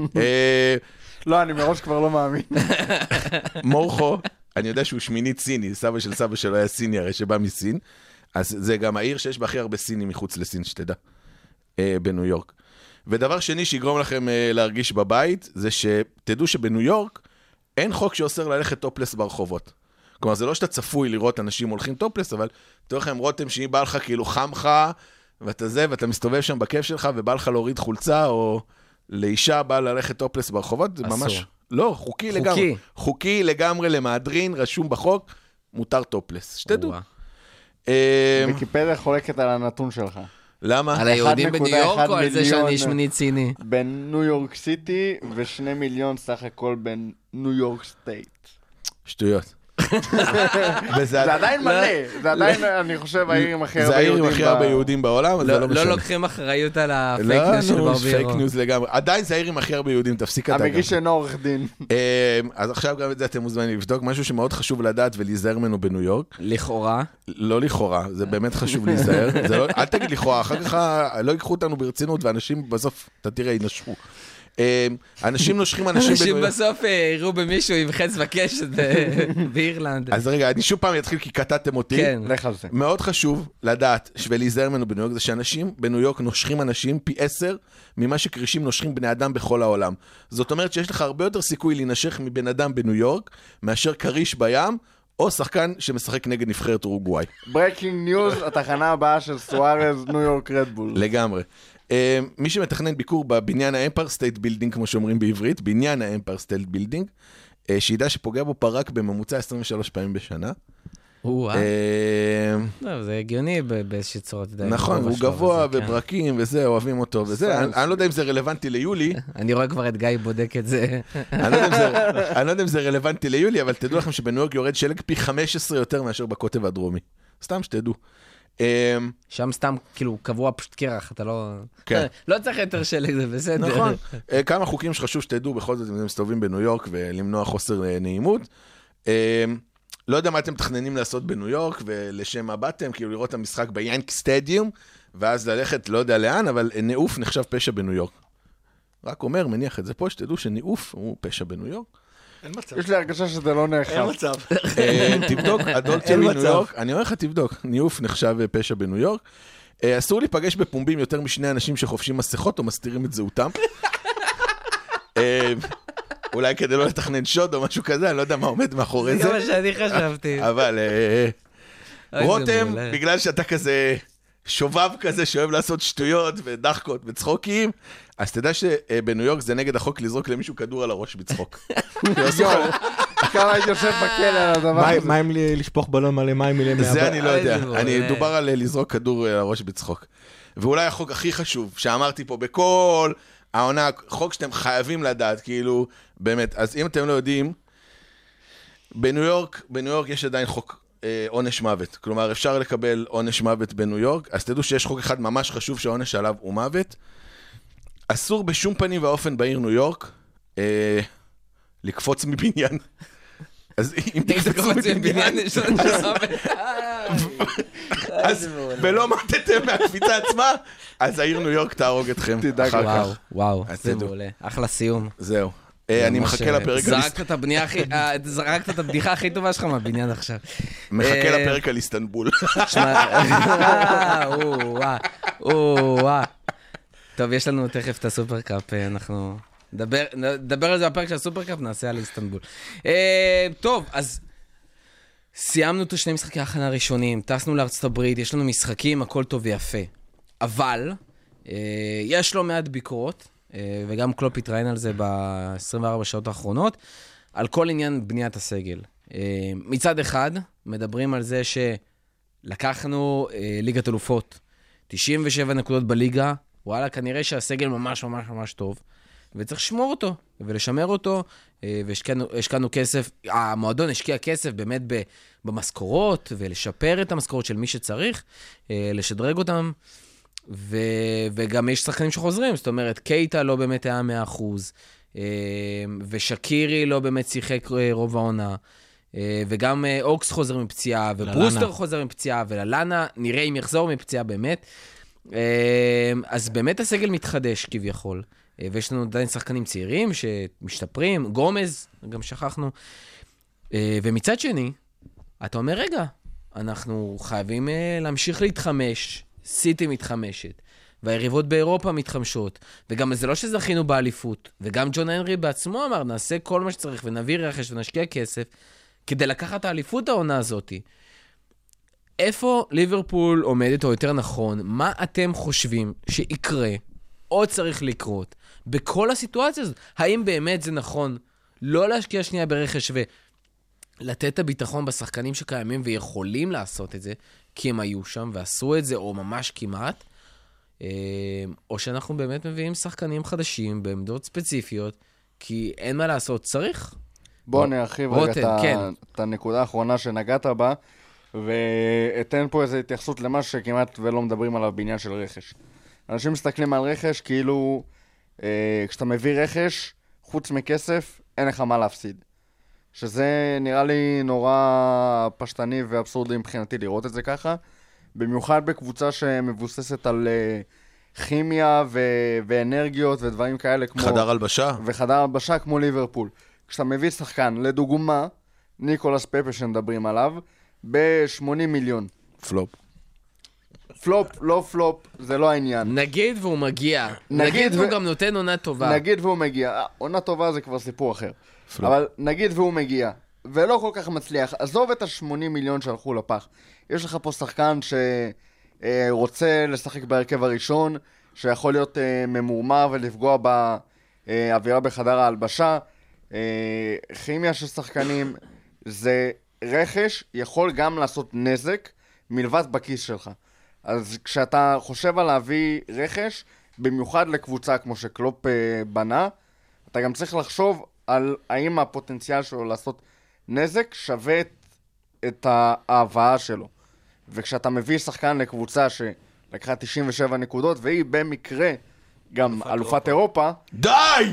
לא, אני מראש כבר לא מאמין. מורכו, אני יודע שהוא שמינית סיני, סבא של סבא שלו היה סיני, הרי שבא מסין, אז זה גם העיר שיש בה הכי הרבה סינים מחוץ לסין, שתדע, בניו יורק. ודבר שני שיגרום לכם להרגיש בבית, זה שתדעו שבניו יורק אין חוק שאוסר ללכת טופלס ברחובות. כלומר, זה לא שאתה צפוי לראות אנשים הולכים טופלס, אבל תראו לכם, רותם שאם בא לך כאילו חם לך, ואתה מסתובב שם בכיף שלך, ובא לך להוריד חולצה, או לאישה בא ללכת טופלס ברחובות, זה ממש... לא, חוקי לגמרי. חוקי לגמרי למהדרין, רשום בחוק, מותר טופלס. שתדעו. ויקיפדיה חולקת על הנתון שלך. למה? על היהודים בניו יורק או על זה שאני שמנית סיני? בניו יורק סיטי, ו2 מיליון סך הכל בניו יורק סטייט. שטויות. זה עדיין מלא, זה עדיין, אני חושב, העיר עם הכי הרבה יהודים. זה העיר עם הכי הרבה יהודים בעולם, אז זה לא משנה. לא לוקחים אחריות על הפייק ניוז של ברבירו. לא, פייק ניוז לגמרי. עדיין זה העיר עם הכי הרבה יהודים, תפסיק אתה גם. המגיש אינו עורך דין. אז עכשיו גם את זה אתם מוזמנים לבדוק, משהו שמאוד חשוב לדעת ולהיזהר ממנו בניו יורק. לכאורה? לא לכאורה, זה באמת חשוב להיזהר. אל תגיד לכאורה, אחר כך לא ייקחו אותנו ברצינות, ואנשים בסוף, אתה תראה, ינשכו. אנשים נושכים אנשים אנשים בסוף יראו במישהו עם חץ וקשת באירלנד. אז רגע, אני שוב פעם אתחיל כי קטעתם אותי. כן. לך על זה. מאוד חשוב לדעת ולהיזהר ממנו בניו יורק, זה שאנשים בניו יורק נושכים אנשים פי 10 ממה שקרישים נושכים בני אדם בכל העולם. זאת אומרת שיש לך הרבה יותר סיכוי להינשך מבן אדם בניו יורק, מאשר קריש בים, או שחקן שמשחק נגד נבחרת אורוגוואי. ברייקינג ניוז, התחנה הבאה של סוארז, ניו יורק רדבול. לגמרי. מי שמתכנן ביקור בבניין האמפייר סטייט בילדינג, כמו שאומרים בעברית, בניין האמפייר סטייט בילדינג, שידע שפוגע בו פרק בממוצע 23 פעמים בשנה. זה הגיוני באיזושהי צורות. נכון, הוא גבוה וברקים וזה, אוהבים אותו וזה. אני לא יודע אם זה רלוונטי ליולי. אני רואה כבר את גיא בודק את זה. אני לא יודע אם זה רלוונטי ליולי, אבל תדעו לכם שבניו יורק יורד שלג פי 15 יותר מאשר בקוטב הדרומי. סתם שתדעו. שם סתם כאילו קבוע פשוט קרח, אתה לא... כן. לא צריך יותר שלג, זה בסדר. נכון. כמה חוקים שחשוב שתדעו בכל זאת, אם אתם מסתובבים בניו יורק ולמנוע חוסר נעימות. לא יודע מה אתם מתכננים לעשות בניו יורק, ולשם מה באתם, כאילו לראות את המשחק ביאנקי סטדיום, ואז ללכת, לא יודע לאן, אבל נעוף נחשב פשע בניו יורק. רק אומר, מניח את זה פה, שתדעו שנעוף הוא פשע בניו יורק. אין מצב. יש לי הרגשה שזה לא נאחר. אין מצב. תבדוק, אדולטרי ניו יורק, אני אומר לך תבדוק, נעוף נחשב פשע בניו יורק. אסור להיפגש בפומבים יותר משני אנשים שחופשים מסכות או מסתירים את זהותם. אולי כדי לא לתכנן שוד או משהו כזה, אני לא יודע מה עומד מאחורי זה. זה גם מה שאני חשבתי. אבל רותם, בגלל שאתה כזה שובב כזה שאוהב לעשות שטויות ודחקות וצחוקים, אז תדע שבניו יורק זה נגד החוק לזרוק למישהו כדור על הראש בצחוק. כמה הייתי יושב בכלא על הדבר הזה. מה אם לשפוך בלון מלא מים מלא מהבא? זה אני לא יודע. דובר על לזרוק כדור על הראש בצחוק. ואולי החוק הכי חשוב שאמרתי פה בכל העונה, חוק שאתם חייבים לדעת, כאילו, באמת. אז אם אתם לא יודעים, בניו יורק יש עדיין חוק עונש מוות. כלומר, אפשר לקבל עונש מוות בניו יורק, אז תדעו שיש חוק אחד ממש חשוב שהעונש עליו הוא מוות. אסור בשום פנים ואופן בעיר ניו יורק לקפוץ מבניין. אז אם אם זה תקפצו קופצים מבניין, בניין יש לנו אז ולא מתתם מהקפיצה עצמה, אז העיר ניו יורק תהרוג אתכם תדאג אחר וואו, כך. וואו, אז זה תדעו. מעולה. אחלה סיום. זהו. אני ממש, מחכה לפרק זרקת את הבדיחה הכי טובה שלך מהבניין עכשיו. מחכה לפרק על איסטנבול. וואו. טוב, יש לנו תכף את הסופרקאפ, אנחנו נדבר על זה בפרק של הסופרקאפ, נעשה על איסטנבול. טוב, אז סיימנו את שני משחקי ההכנה הראשונים, טסנו לארצות הברית, יש לנו משחקים, הכל טוב ויפה. אבל יש לו מעט ביקורות, וגם קלופ התראיין על זה ב-24 שעות האחרונות, על כל עניין בניית הסגל. מצד אחד, מדברים על זה שלקחנו ליגת אלופות, 97 נקודות בליגה, וואלה, כנראה שהסגל ממש ממש ממש טוב, וצריך לשמור אותו, ולשמר אותו, והשקענו כסף, המועדון השקיע כסף באמת במשכורות, ולשפר את המשכורות של מי שצריך, לשדרג אותם, וגם יש שחקנים שחוזרים, זאת אומרת, קייטה לא באמת היה 100%, ושקירי לא באמת שיחק רוב העונה, וגם אוקס חוזר מפציעה, וברוסטר חוזר מפציעה, וללנה נראה אם יחזור מפציעה באמת. אז באמת הסגל מתחדש כביכול, ויש לנו עדיין שחקנים צעירים שמשתפרים, גומז, גם שכחנו. ומצד שני, אתה אומר, רגע, אנחנו חייבים להמשיך להתחמש, סיטי מתחמשת, והיריבות באירופה מתחמשות, וגם זה לא שזכינו באליפות, וגם ג'ון הנרי בעצמו אמר, נעשה כל מה שצריך, ונביא רכש ונשקיע כסף, כדי לקחת האליפות העונה הזאת. איפה ליברפול עומדת, או יותר נכון, מה אתם חושבים שיקרה, או צריך לקרות, בכל הסיטואציה הזאת? האם באמת זה נכון לא להשקיע שנייה ברכש ולתת את הביטחון בשחקנים שקיימים ויכולים לעשות את זה, כי הם היו שם ועשו את זה, או ממש כמעט, או שאנחנו באמת מביאים שחקנים חדשים בעמדות ספציפיות, כי אין מה לעשות, צריך. בוא נרחיב רגע את הנקודה האחרונה שנגעת בה, ואתן פה איזו התייחסות למה שכמעט ולא מדברים עליו בעניין של רכש. אנשים מסתכלים על רכש כאילו כשאתה מביא רכש, חוץ מכסף, אין לך מה להפסיד. שזה נראה לי נורא פשטני ואבסורדי מבחינתי לראות את זה ככה. במיוחד בקבוצה שמבוססת על כימיה ואנרגיות ודברים כאלה כמו... חדר הלבשה. וחדר הלבשה כמו ליברפול. כשאתה מביא שחקן, לדוגמה, ניקולס פפה שמדברים עליו, ב-80 מיליון. פלופ. פלופ, לא פלופ, זה לא העניין. נגיד והוא מגיע. נגיד והוא גם נותן עונה טובה. נגיד והוא מגיע. עונה טובה זה כבר סיפור אחר. פלופ. אבל נגיד והוא מגיע, ולא כל כך מצליח. עזוב את ה-80 מיליון שהלכו לפח. יש לך פה שחקן שרוצה לשחק בהרכב הראשון, שיכול להיות ממורמר ולפגוע באווירה בחדר ההלבשה. כימיה של שחקנים, זה רכש יכול גם לעשות נזק מלבד בכיס שלך. אז כשאתה חושב על להביא רכש, במיוחד לקבוצה כמו שקלופ בנה, אתה גם צריך לחשוב על האם הפוטנציאל שלו לעשות נזק שווה את ההבאה שלו. וכשאתה מביא שחקן לקבוצה שלקחה 97 נקודות, והיא במקרה גם אלופת אירופה, די!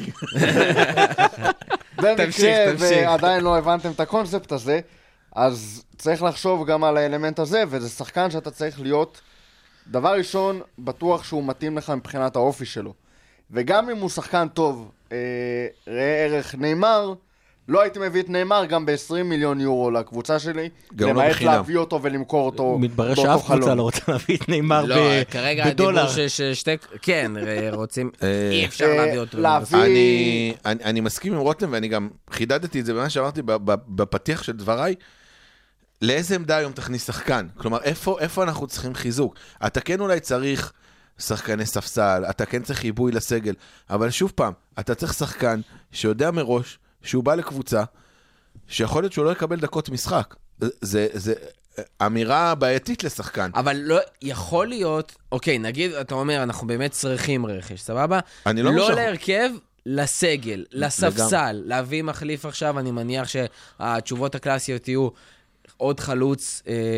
במקרה, ועדיין לא הבנתם את הקונספט הזה, אז צריך לחשוב גם על האלמנט הזה, וזה שחקן שאתה צריך להיות, דבר ראשון, בטוח שהוא מתאים לך מבחינת האופי שלו. וגם אם הוא שחקן טוב, ראה ערך ניימר, לא הייתי מביא את ניימר גם ב-20 מיליון יורו לקבוצה שלי, למעט להביא אותו ולמכור אותו מתברר שאף קבוצה לא רוצה להביא את ניימר בדולר. לא, כרגע הדיבור ששתי... כן, רוצים... אי אפשר להביא אותו. אני מסכים עם רותם, ואני גם חידדתי את זה במה שאמרתי בפתיח של דבריי, לאיזה עמדה היום תכניס שחקן? כלומר, איפה אנחנו צריכים חיזוק? אתה כן אולי צריך שחקני ספסל, אתה כן צריך חיבוי לסגל, אבל שוב פעם, אתה צריך שחקן שיודע מראש שהוא בא לקבוצה, שיכול להיות שהוא לא יקבל דקות משחק. זה אמירה בעייתית לשחקן. אבל לא, יכול להיות, אוקיי, נגיד, אתה אומר, אנחנו באמת צריכים רכש, סבבה? אני לא להרכב, לסגל, לספסל, להביא מחליף עכשיו, אני מניח שהתשובות הקלאסיות יהיו עוד חלוץ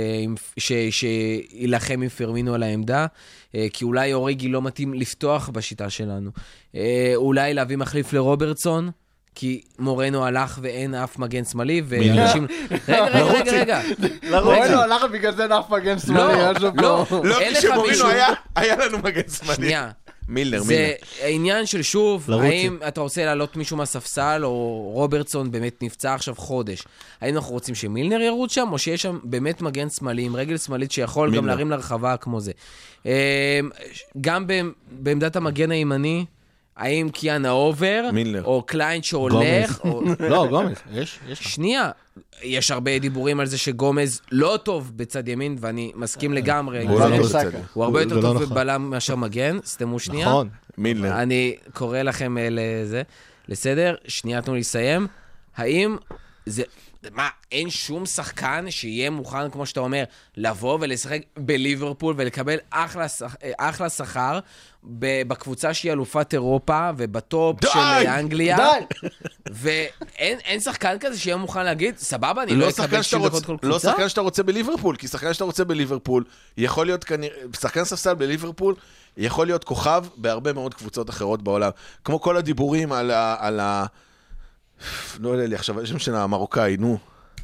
שילחם עם פרמינו על העמדה, כי אולי אוריגי לא מתאים לפתוח בשיטה שלנו. אולי להביא מחליף לרוברטסון, כי מורנו הלך ואין אף מגן שמאלי, ואנשים... רגע. מורנו הלך בגלל זה נף מגן שמאלי. לא, לא, אין לך כשמורינו מישהו... היה לנו מגן שמאלי. שנייה. מילנר. זה העניין של שוב, לרוצי. האם אתה רוצה להעלות מישהו מהספסל, או רוברטסון באמת נפצע עכשיו חודש. האם אנחנו רוצים שמילנר ירוץ שם, או שיש שם באמת מגן שמאלי, עם רגל שמאלית שיכול גם להרים לרחבה כמו זה. גם בעמדת המגן הימני, האם קיאנה עובר, מילנר. או קליין שהולך, או... לא, גומז, יש. שנייה, יש הרבה דיבורים על זה שגומז לא טוב בצד ימין, ואני מסכים לגמרי. הוא לא לא טוב סאקה. בצד. הוא הרבה יותר זה לא טוב נכון. בבלם מאשר מגן, סתמו שנייה. נכון. מילנר. אני קורא לכם לזה, לסדר, שנייה תנו לי לסיים. האם זה, מה, אין שום שחקן שיהיה מוכן, כמו שאתה אומר, לבוא ולשחק בליברפול ולקבל אחלה שכר בקבוצה שהיא אלופת אירופה ובטופ של אנגליה. די! ואין שחקן כזה שיהיה מוכן להגיד, סבבה, אני לא לא אקבל שחקן 60 דקות כל לא קבוצה? שחקן שאתה רוצה בליברפול, כי שחקן שאתה רוצה בליברפול יכול להיות כנראה, שחקן ספסל בליברפול יכול להיות כוכב בהרבה מאוד קבוצות אחרות בעולם. כמו כל הדיבורים על ה... לא יודע לי עכשיו, יש משנה המרוקאי, נו.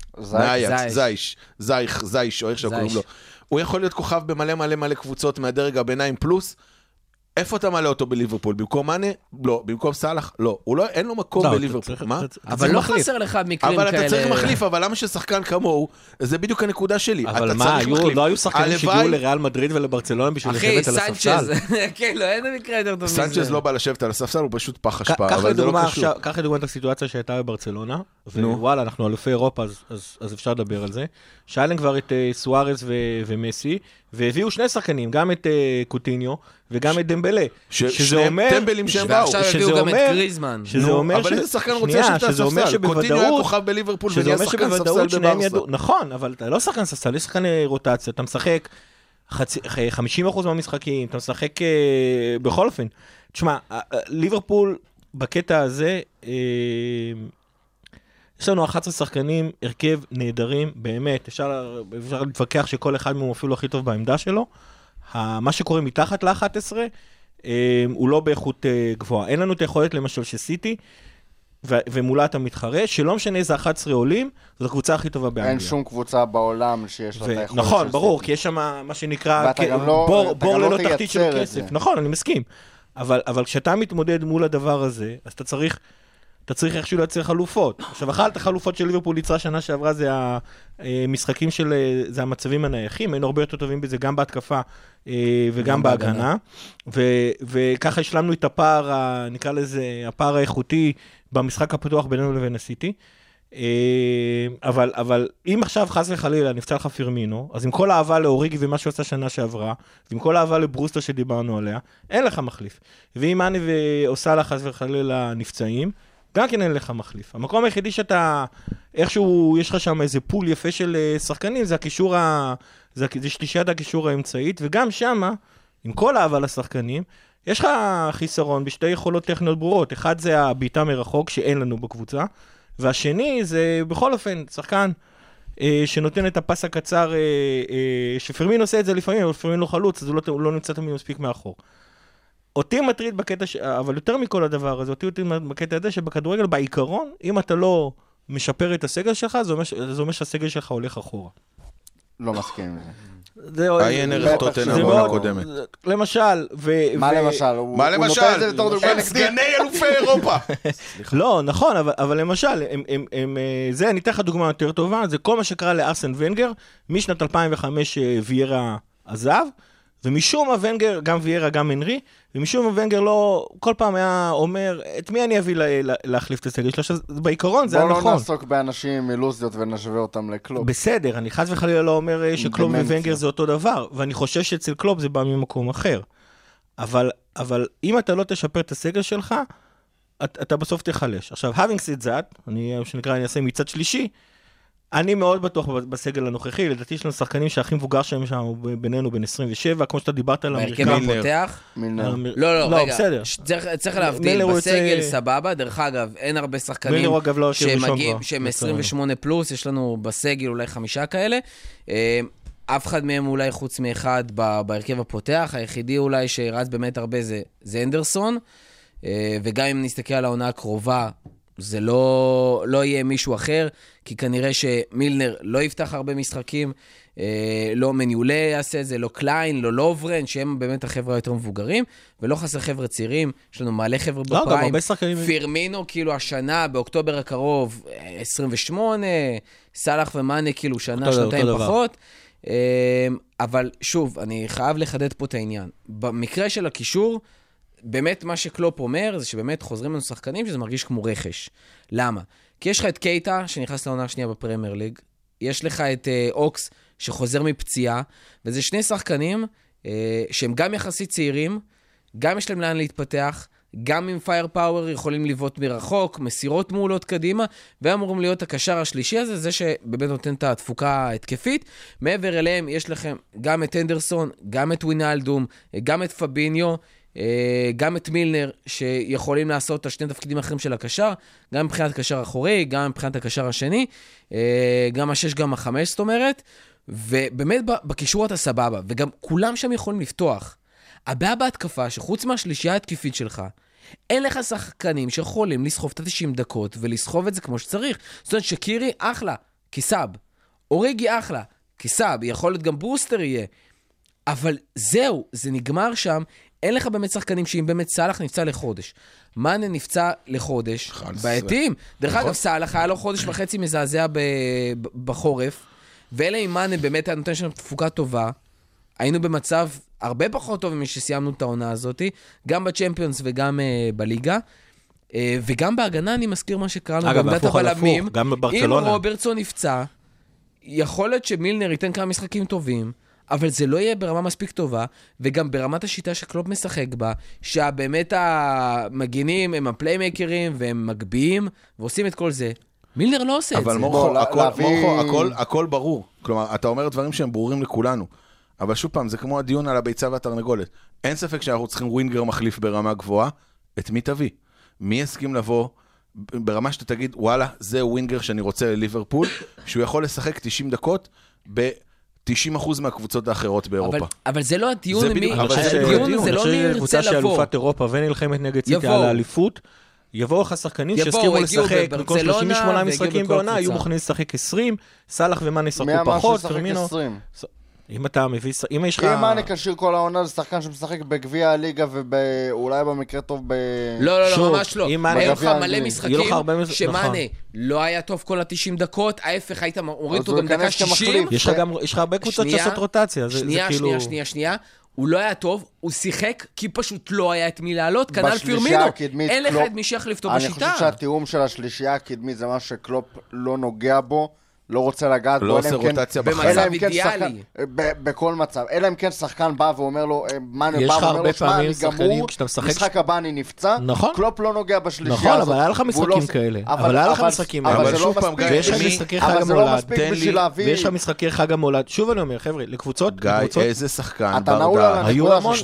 זייש, או איך שקוראים לו. הוא יכול להיות כוכב במלא קבוצות מהדרג הביניים פלוס. איפה אתה מעלה אותו בליברפול? במקום מאנה? לא. במקום סלאח? לא. אין לו מקום בליברפול. מה? אבל לא חסר לך מקרים כאלה. אבל אתה צריך מחליף, אבל למה ששחקן כמוהו, זה בדיוק הנקודה שלי. אבל מה, לא היו שחקנים שהגיעו לריאל מדריד ולברצלונה בשביל לשבת על הספסל? כן, לא, אין מקרה יותר טוב מזה. סנצ'ז לא בא לשבת על הספסל, הוא פשוט פח אשפה, אבל זה לא קשור. קח לדוגמה את הסיטואציה שהייתה בברצלונה, ווואלה, אנחנו אלופי אירופה, אז אפשר לדבר על זה. שאלן כבר את סוארז ומסי, והביאו שני שחקנים, גם את קוטיניו וגם את דמבלה. שזה אומר... טמבלים שהם באו. ועכשיו הביאו גם את גריזמן. אבל איזה שחקן רוצה לשבת על הספסל? קוטיניו היה כוכב בליברפול ונהיה שחקן ספסל בברסה. נכון, אבל אתה לא שחקן ספסל, יש שחקן רוטציה, אתה משחק 50% מהמשחקים, אתה משחק בכל אופן. תשמע, ליברפול בקטע הזה, יש לנו 11 שחקנים, הרכב נהדרים, באמת, אפשר להתווכח שכל אחד מהם אפילו הכי טוב בעמדה שלו. מה שקורה מתחת ל-11, הוא לא באיכות גבוהה. אין לנו את היכולת למשל שסיטי, ומולה אתה מתחרה, שלא משנה איזה 11 עולים, זו הקבוצה הכי טובה באנגליה. אין שום קבוצה בעולם שיש לה את היכולת של סיטי. נכון, ברור, כי יש שם מה שנקרא בור ללא תחתית של כסף. נכון, אני מסכים. אבל כשאתה מתמודד מול הדבר הזה, אז אתה צריך איכשהו לייצר חלופות. עכשיו, אחת החלופות של ליברפול יצרה שנה שעברה זה המשחקים של, זה המצבים הנייחים, היינו הרבה יותר טובים בזה גם בהתקפה וגם בהגנה, וככה השלמנו את הפער, נקרא לזה, הפער האיכותי במשחק הפתוח בינינו לבין הסיטי. אבל אם עכשיו חס וחלילה נפצע לך פירמינו, אז עם כל האהבה לאוריגי ומה שהוא עשה שנה שעברה, ועם כל האהבה לברוסטר שדיברנו עליה, אין לך מחליף. ואם מאנה ועושה לך חס וחלילה נפצעים, גם כן אין לך מחליף. המקום היחידי שאתה, איכשהו יש לך שם איזה פול יפה של שחקנים, זה הקישור, זה שלישיית הקישור האמצעית, וגם שם, עם כל האהבה לשחקנים, יש לך חיסרון בשתי יכולות טכניות ברורות. אחד זה הביתה מרחוק שאין לנו בקבוצה, והשני זה בכל אופן שחקן שנותן את הפס הקצר, שפרמין עושה את זה לפעמים, אבל פרמין לא חלוץ, אז הוא לא נמצא תמיד מספיק מאחור. אותי מטריד בקטע, אבל יותר מכל הדבר הזה, אותי בקטע הזה שבכדורגל בעיקרון, אם אתה לא משפר את הסגל שלך, זה אומר שהסגל שלך הולך אחורה. לא מסכים עם זה. עיין ערך טוטנהאם בעונה הקודמת. למשל, מה למשל? מה למשל? הם סגני אלופי אירופה. לא, נכון, אבל למשל, זה, אני אתן לך דוגמה יותר טובה, זה כל מה שקרה לארסן ונגר, משנת 2005 ויירה עזב, ומשום הוונגר, גם ויירה, גם הנרי, ומשום הוונגר לא, כל פעם היה אומר, את מי אני אביא להחליף את הסגל שלו? בעיקרון זה היה נכון. בוא לא נעסוק באנשים עם אילוזיות ונשווה אותם לקלופ. בסדר, אני חס וחלילה לא אומר שקלופ וונגר זה אותו דבר, ואני חושב שאצל קלופ זה בא ממקום אחר. אבל אם אתה לא תשפר את הסגל שלך, אתה בסוף תחלש. עכשיו, having said that, אני אעשה מצד שלישי, אני מאוד בטוח בסגל הנוכחי, לדעתי יש לנו שחקנים שהכי מבוגר שם בינינו בין 27, כמו שאתה דיברת על בהרכב הפותח? לא, רגע, צריך להבדיל, בסגל סבבה, דרך אגב, אין הרבה שחקנים שהם 28 פלוס, יש לנו בסגל אולי 5 כאלה, אף אחד מהם אולי חוץ מאחד בהרכב הפותח, היחידי אולי שרץ באמת הרבה זה אנדרסון, וגם אם נסתכל על העונה הקרובה, זה לא יהיה מישהו אחר, כי כנראה שמילנר לא יפתח הרבה משחקים, לא מניולה יעשה את זה, לא קליין, לא לוברן, שהם באמת החבר'ה היותר מבוגרים, ולא חסר חבר'ה צעירים, יש לנו מעלה חבר'ה בפריים. גם הרבה שחקנים. פירמינו, כאילו השנה, באוקטובר הקרוב, 28, סלח ומאנה, כאילו שנה, שנתיים פחות. אבל שוב, אני חייב לחדד פה את העניין. במקרה של הקישור, באמת מה שקלופ אומר, זה שבאמת חוזרים לנו שחקנים, שזה מרגיש כמו רכש. למה? כי יש לך את קייטה, שנכנס לעונה השנייה בפרמייר ליג, יש לך את אוקס, שחוזר מפציעה, וזה שני שחקנים שהם גם יחסית צעירים, גם יש להם לאן להתפתח, גם עם פייר פאוור יכולים לבעוט מרחוק, מסירות מעולות קדימה, ואמורים להיות הקשר השלישי הזה, זה שבאמת נותן את התפוקה ההתקפית. מעבר אליהם יש לכם גם את אנדרסון, גם את ווינאלדום, גם את פביניו, גם את מילנר, שיכולים לעשות את השני תפקידים אחרים של הקשר, גם מבחינת הקשר אחורי, גם מבחינת הקשר השני, גם השש, גם החמש, זאת אומרת, ובאמת בקישור אתה סבבה, וגם כולם שם יכולים לפתוח. הבעיה בהתקפה, שחוץ מהשלישייה התקיפית שלך, אין לך שחקנים שיכולים לסחוב את 90 דקות, ולסחוב את זה כמו שצריך. זאת אומרת, שקירי אחלה, כיסאב. אוריגי אחלה, כיסאב. יכול להיות גם ברוסטר יהיה. אבל זהו, זה נגמר שם. אין לך באמת שחקנים שאם באמת סלח נפצע לחודש. מאנה נפצע לחודש. בעייתים. דרך אגב, סלח היה לו חודש וחצי מזעזע בחורף, ואלה עם מאנה באמת היה נותן שם תפוקה טובה. היינו במצב הרבה פחות טוב ממי שסיימנו את העונה הזאת, גם בצ'מפיונס וגם בליגה, וגם בהגנה אני מזכיר מה שקראנו. אגב, הפוך על הפוך, גם בברצלונה. אם רוברטסון נפצע, יכול להיות שמילנר ייתן כמה משחקים טובים, אבל זה לא יהיה ברמה מספיק טובה, וגם ברמת השיטה שקלופ משחק בה, שבאמת המגינים הם הפליימקרים, והם מגביעים, ועושים את כל זה. מילנר לא עושה את זה. אבל מורכו, הכל ברור. כלומר, אתה אומר דברים שהם ברורים לכולנו. אבל שוב פעם, זה כמו הדיון על הביצה והתרנגולת. אין ספק שאנחנו צריכים ווינגר מחליף ברמה גבוהה. את מי תביא? מי יסכים לבוא ברמה שאתה תגיד, וואלה, זה ווינגר שאני רוצה לליברפול, שהוא יכול לשחק 90 דקות ב-90% מהקבוצות האחרות באירופה. אבל זה לא הדיון, זה לא מי ירצה לבוא. אלופת אירופה ונלחמת נגד סיטי על האליפות, יבואו לך שחקנים שהסכימו לשחק, במקום 38 משחקים בעונה, היו מוכנים לשחק 20, סלח ומאנה ישחקו פחות, פרמינו. אם אתה מביא, אם יש לך... אם מאנה קשיר כל העונה, זה שחקן שמשחק בגביע הליגה ואולי במקרה טוב ב... לא, ממש לא. היה לך מלא משחקים שמאנה לא היה טוב כל ה-90 דקות, ההפך היית מוריד אותו גם דקה 60. יש לך הרבה קבוצות שעשות רוטציה. שנייה. הוא לא היה טוב, הוא שיחק כי פשוט לא היה את מי לעלות, כנל פירמינו. אין לך את מי שיחליף אותו בשיטה. אני חושב שהתיאום של השלישייה הקדמית זה מה שקלופ לא נוגע בו, לא רוצה לגעת בו, לא עושה רוטציה בחיים. במצב אידיאלי. בכל מצב. אלא אם כן שחקן בא ואומר לו, יש לך הרבה פעמים שחקנים כשאתה משחק... משחק הבא אני נפצע, קלופ לא נוגע בשלישייה הזאת. נכון, אבל היה לך משחקים כאלה. אבל שוב פעם, גיא, ויש לך משחקי חג המולד. ויש לך משחקי חג המולד. שוב אני אומר, חבר'ה, לקבוצות... גיא, איזה שחקן ברדה. היו המון.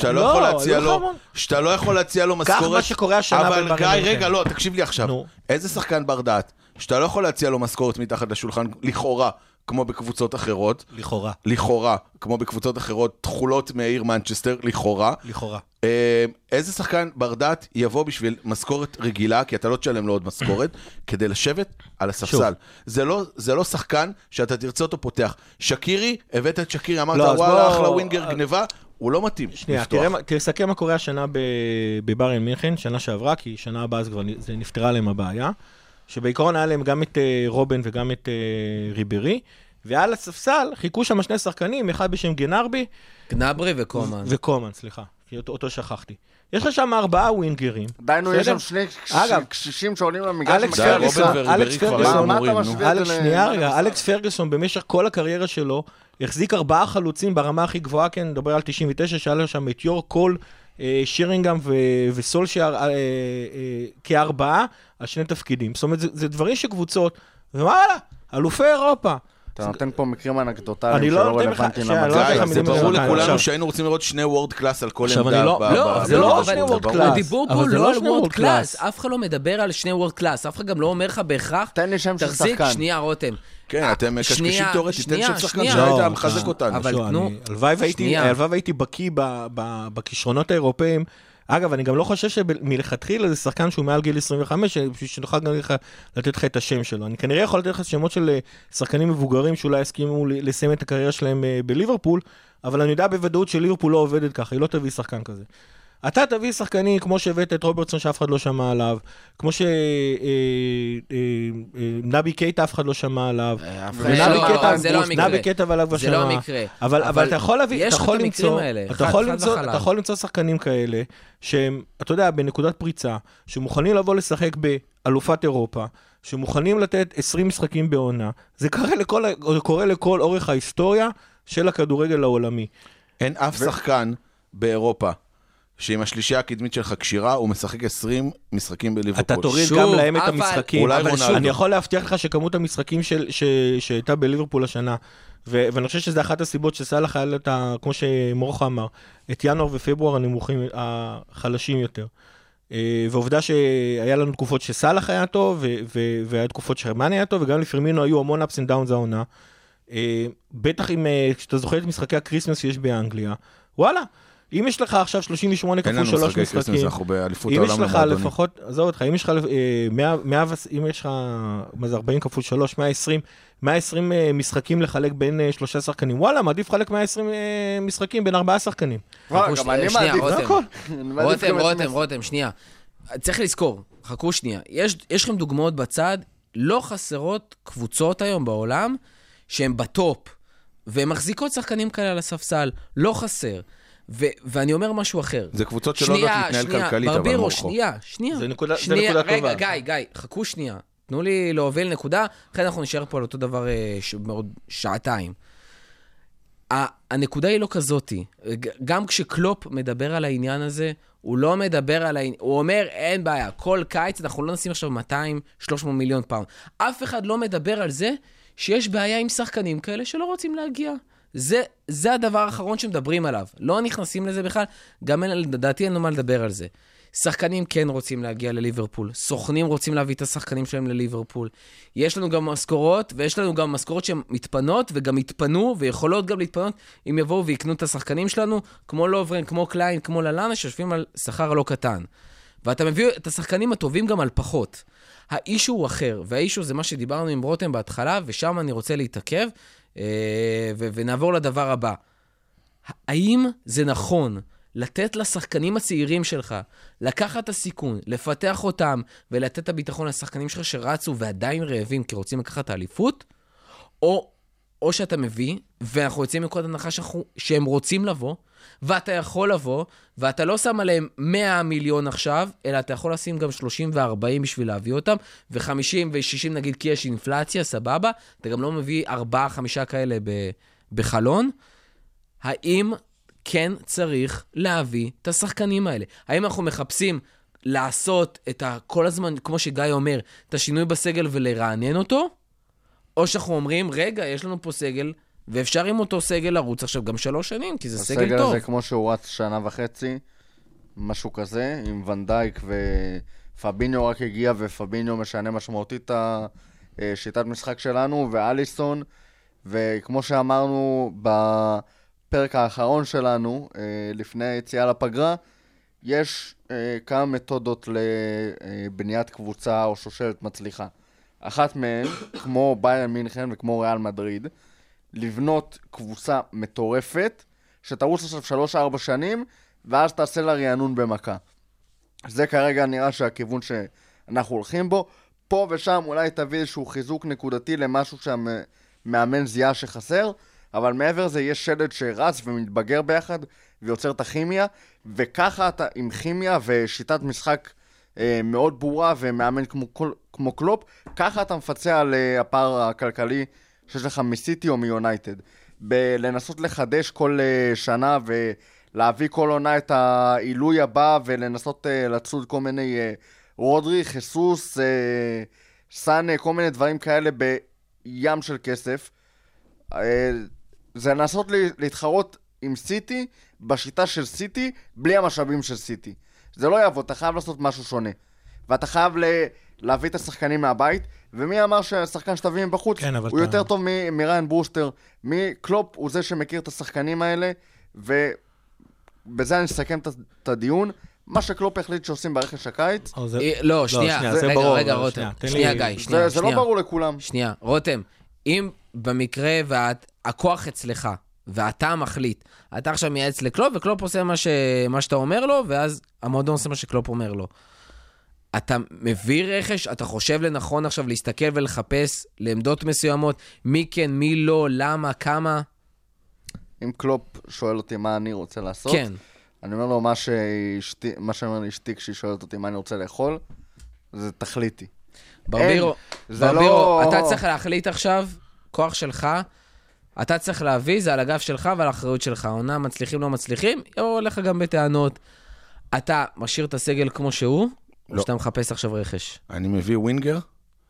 שאתה לא יכול להציע לו משכורת. כך מה שקורה השנה אבל גיא, רגע, לא, תקשיב לי עכשיו. איזה שחקן ברדעת? שאתה לא יכול להציע לו משכורת מתחת לשולחן, לכאורה, כמו בקבוצות אחרות. לכאורה, כמו בקבוצות אחרות, תחולות מהעיר מנצ'סטר, לכאורה. איזה שחקן ברדעת יבוא בשביל משכורת רגילה, כי אתה לא תשלם לו עוד משכורת, כדי לשבת על הספסל. זה לא שחקן שאתה תרצה אותו פותח. שקירי, הבאת את שקירי, אמרת, וואלה, אחלה ווינגר גניבה, הוא לא מתאים. שנייה, תסכם מה קורה השנה בביירן מינכן, שנה שעברה, כי שנה הבאה זה נפתרה להם הבעיה. שבעיקרון היה להם גם את רובן וגם את ריברי, ועל הספסל חיכו שם שני שחקנים, אחד בשם גנברי וקומן, סליחה, אותו שכחתי. יש לך שם 4 ווינגרים. דיינו, יש שם שני קשישים שעולים למגרש. אלכס פרגוסון במשך כל הקריירה שלו, החזיק 4 חלוצים ברמה הכי גבוהה, כן, נדבר על 99, שהיה לו שם את יור קול, שירינגהם וסולשייר כ4 על שני תפקידים. זאת אומרת, זה דברים שקבוצות, ומעלה, אלופי אירופה. אתה נותן פה מקרים אנקדוטליים שלא רלוונטיים למצב. זה ברור לכולנו שהיינו רוצים לראות שני וורד קלאס על כל עמדה. לא, זה לא שני וורד קלאס. הדיבור פה לא על וורד קלאס. אף אחד לא מדבר על שני וורד קלאס. אף אחד גם לא אומר לך בהכרח, תן לי שם של שחקן. תחזיק, שנייה רותם. כן, אתם קשקשים תיאורטית, תן שם שחקן שהיית מחזק אותנו. הלוואי והייתי בקיא בכישרונות האירופאים, אגב, אני גם לא חושב שמלכתחילה זה שחקן שהוא מעל גיל 25, שנוכל גם לתת לך את השם שלו. אני כנראה יכול לתת לך שמות של שחקנים מבוגרים שאולי הסכימו לסיים את הקריירה שלהם בליברפול, אבל אני יודע בוודאות שליברפול לא עובדת ככה, היא לא תביא שחקן כזה. אתה תביא שחקנים כמו שהבאת את רוברטסון שאף אחד לא שמע עליו, כמו שנבי קייטה אף אחד לא שמע עליו. נבי קייטה ועליו בשנה. זה לא המקרה. אבל אתה יכול להביא, יש לך את המקרים האלה. אתה יכול למצוא שחקנים כאלה, שהם, אתה יודע, בנקודת פריצה, שמוכנים לבוא לשחק באלופת אירופה, שמוכנים לתת 20 משחקים בעונה. זה קורה לכל אורך ההיסטוריה של הכדורגל העולמי. אין אף שחקן באירופה שעם השלישייה הקדמית שלך קשירה, הוא משחק 20 משחקים בליברפול. אתה תוריד גם להם את המשחקים. אולי רונלדו. אני יכול להבטיח לך שכמות המשחקים שהייתה בליברפול השנה, ואני חושב שזה אחת הסיבות שסלאח היה לו, כמו שמורך אמר, את ינואר ופברואר הנמוכים, החלשים יותר. ועובדה שהיה לנו תקופות שסלאח היה טוב, והיה תקופות שרמן היה טוב, וגם לפרמינו היו המון ups and downs העונה. בטח אם, כשאתה זוכר את משחקי הקריסמס שיש באנגליה, וואלה, אם יש לך עכשיו 38 כפול 3 משחקים, אם יש לך לפחות, עזוב אותך, אם יש לך 40 כפול 3, 120 משחקים לחלק בין 3 שחקנים, וואלה, מעדיף חלק 120 משחקים בין 4 שחקנים. גם אני מעדיף, זה הכל. רותם, שנייה. צריך לזכור, חכו שנייה. יש לכם דוגמאות בצד, לא חסרות קבוצות היום בעולם, שהן בטופ, והן מחזיקות שחקנים כאלה על הספסל, לא חסר. ואני אומר משהו אחר. זה קבוצות שלא יודעות להתנהל כלכלית, אבל ברבירו, מורכו. זה נקודה רגע, טובה. גיא, חכו שנייה. תנו לי להוביל נקודה, אחרי אנחנו נשאר פה על אותו דבר מאוד שעתיים. הנקודה היא לא כזאתי. גם כשקלופ מדבר על העניין הזה, הוא לא מדבר על העניין, הוא אומר, אין בעיה, כל קיץ אנחנו לא נשים עכשיו 200-300 מיליון פאונד. אף אחד לא מדבר על זה שיש בעיה עם שחקנים כאלה שלא רוצים להגיע. זה הדבר האחרון שמדברים עליו. לא נכנסים לזה בכלל, גם לדעתי אין לו מה לדבר על זה. שחקנים כן רוצים להגיע לליברפול, סוכנים רוצים להביא את השחקנים שלהם לליברפול. יש לנו גם משכורות, ויש לנו גם משכורות שהן מתפנות, וגם מתפנו, ויכולות גם להתפנות, אם יבואו ויקנו את השחקנים שלנו, כמו לוברן, כמו קליין, כמו ללאנה, שיושבים על שכר לא קטן. ואתה מביא את השחקנים הטובים גם על פחות. האישו הוא אחר, והאישו זה מה שדיברנו עם רותם בהתחלה, ושם אני רוצה להתעכב, ונעבור לדבר הבא. האם זה נכון לתת לשחקנים הצעירים שלך, לקחת את הסיכון, לפתח אותם, ולתת את הביטחון לשחקנים שלך שרצו ועדיין רעבים כי רוצים לקחת את האליפות? או שאתה מביא, ואנחנו יוצאים מכל הנחה שהם רוצים לבוא, ואתה יכול לבוא, ואתה לא שם עליהם 100 מיליון עכשיו, אלא אתה יכול לשים גם 30 ו-40 בשביל להביא אותם, ו-50 ו-60 נגיד כי יש אינפלציה, סבבה, אתה גם לא מביא 4-5 כאלה בחלון. האם כן צריך להביא את השחקנים האלה? האם אנחנו מחפשים לעשות את כל הזמן, כמו שגיא אומר, את השינוי בסגל ולרענן אותו? או שאנחנו אומרים, רגע, יש לנו פה סגל, ואפשר עם אותו סגל לרוץ עכשיו גם 3 שנים, כי זה סגל טוב. הסגל הזה כמו שהוא רץ 1.5 שנה, משהו כזה, עם ונדייק ופביניו רק הגיע, ופביניו משנה משמעותית את השיטת משחק שלנו, ואליסון, וכמו שאמרנו בפרק האחרון שלנו, לפני היציאה לפגרה, יש כמה מתודות לבניית קבוצה או שושלת מצליחה. אחת מהן, כמו ביירן מינכן וכמו ריאל מדריד, לבנות קבוצה מטורפת, שתרוץ עכשיו 3-4 שנים, ואז תעשה לה רענון במכה. זה כרגע נראה שהכיוון שאנחנו הולכים בו. פה ושם אולי תביא איזשהו חיזוק נקודתי למשהו שהמאמן זיהה שחסר, אבל מעבר זה יש שלד שרץ ומתבגר ביחד, ויוצר את הכימיה, וככה אתה עם כימיה ושיטת משחק מאוד ברורה, ומאמן כמו קלופ, ככה אתה מפצע על הפער הכלכלי שיש לך מסיטי או מיונייטד. בלנסות לחדש כל שנה ולהביא כל עונה את העילוי הבא, ולנסות לצוד כל מיני רודרי, חסוס, סאנה, כל מיני דברים כאלה בים של כסף. זה לנסות להתחרות עם סיטי בשיטה של סיטי, בלי המשאבים של סיטי. זה לא יעבוד, אתה חייב לעשות משהו שונה. ואתה חייב להביא את השחקנים מהבית, ומי אמר שהשחקן שתביא מבחוץ, כן, הוא יותר טוב מריין ברוסטר. קלופ הוא זה שמכיר את השחקנים האלה, ובזה אני אסכם את הדיון. מה שקלופ החליט שעושים ברכש הקיץ, לא, שנייה, זה ברור. רגע, רותם. שנייה, גיא, שנייה. זה לא ברור לכולם. שנייה, רותם, אם במקרה והכוח אצלך, ואתה מחליט, אתה עכשיו מייעץ לקלופ, וקלופ עושה מה שאתה אומר לו, ואז המועדון עושה מה שקלופ אומר לו. אתה מביא רכש, אתה חושב לנכון עכשיו להסתכל ולחפש לעמדות מסוימות, מי כן, מי לא, למה, כמה? אם קלופ שואל אותי מה אני רוצה לעשות, כן. אני אומר לו מה שאומר לי אשתי כשהיא שואלת אותי מה אני רוצה לאכול, זה תחליטי. ברבירו, אתה צריך להחליט עכשיו, כוח שלך, אתה צריך להביא, זה על הגב שלך ועל האחריות שלך. עונה מצליחים, לא מצליחים, יבואו לך גם בטענות. אתה משאיר את הסגל כמו שהוא, או שאתה מחפש עכשיו רכש? אני מביא ווינגר.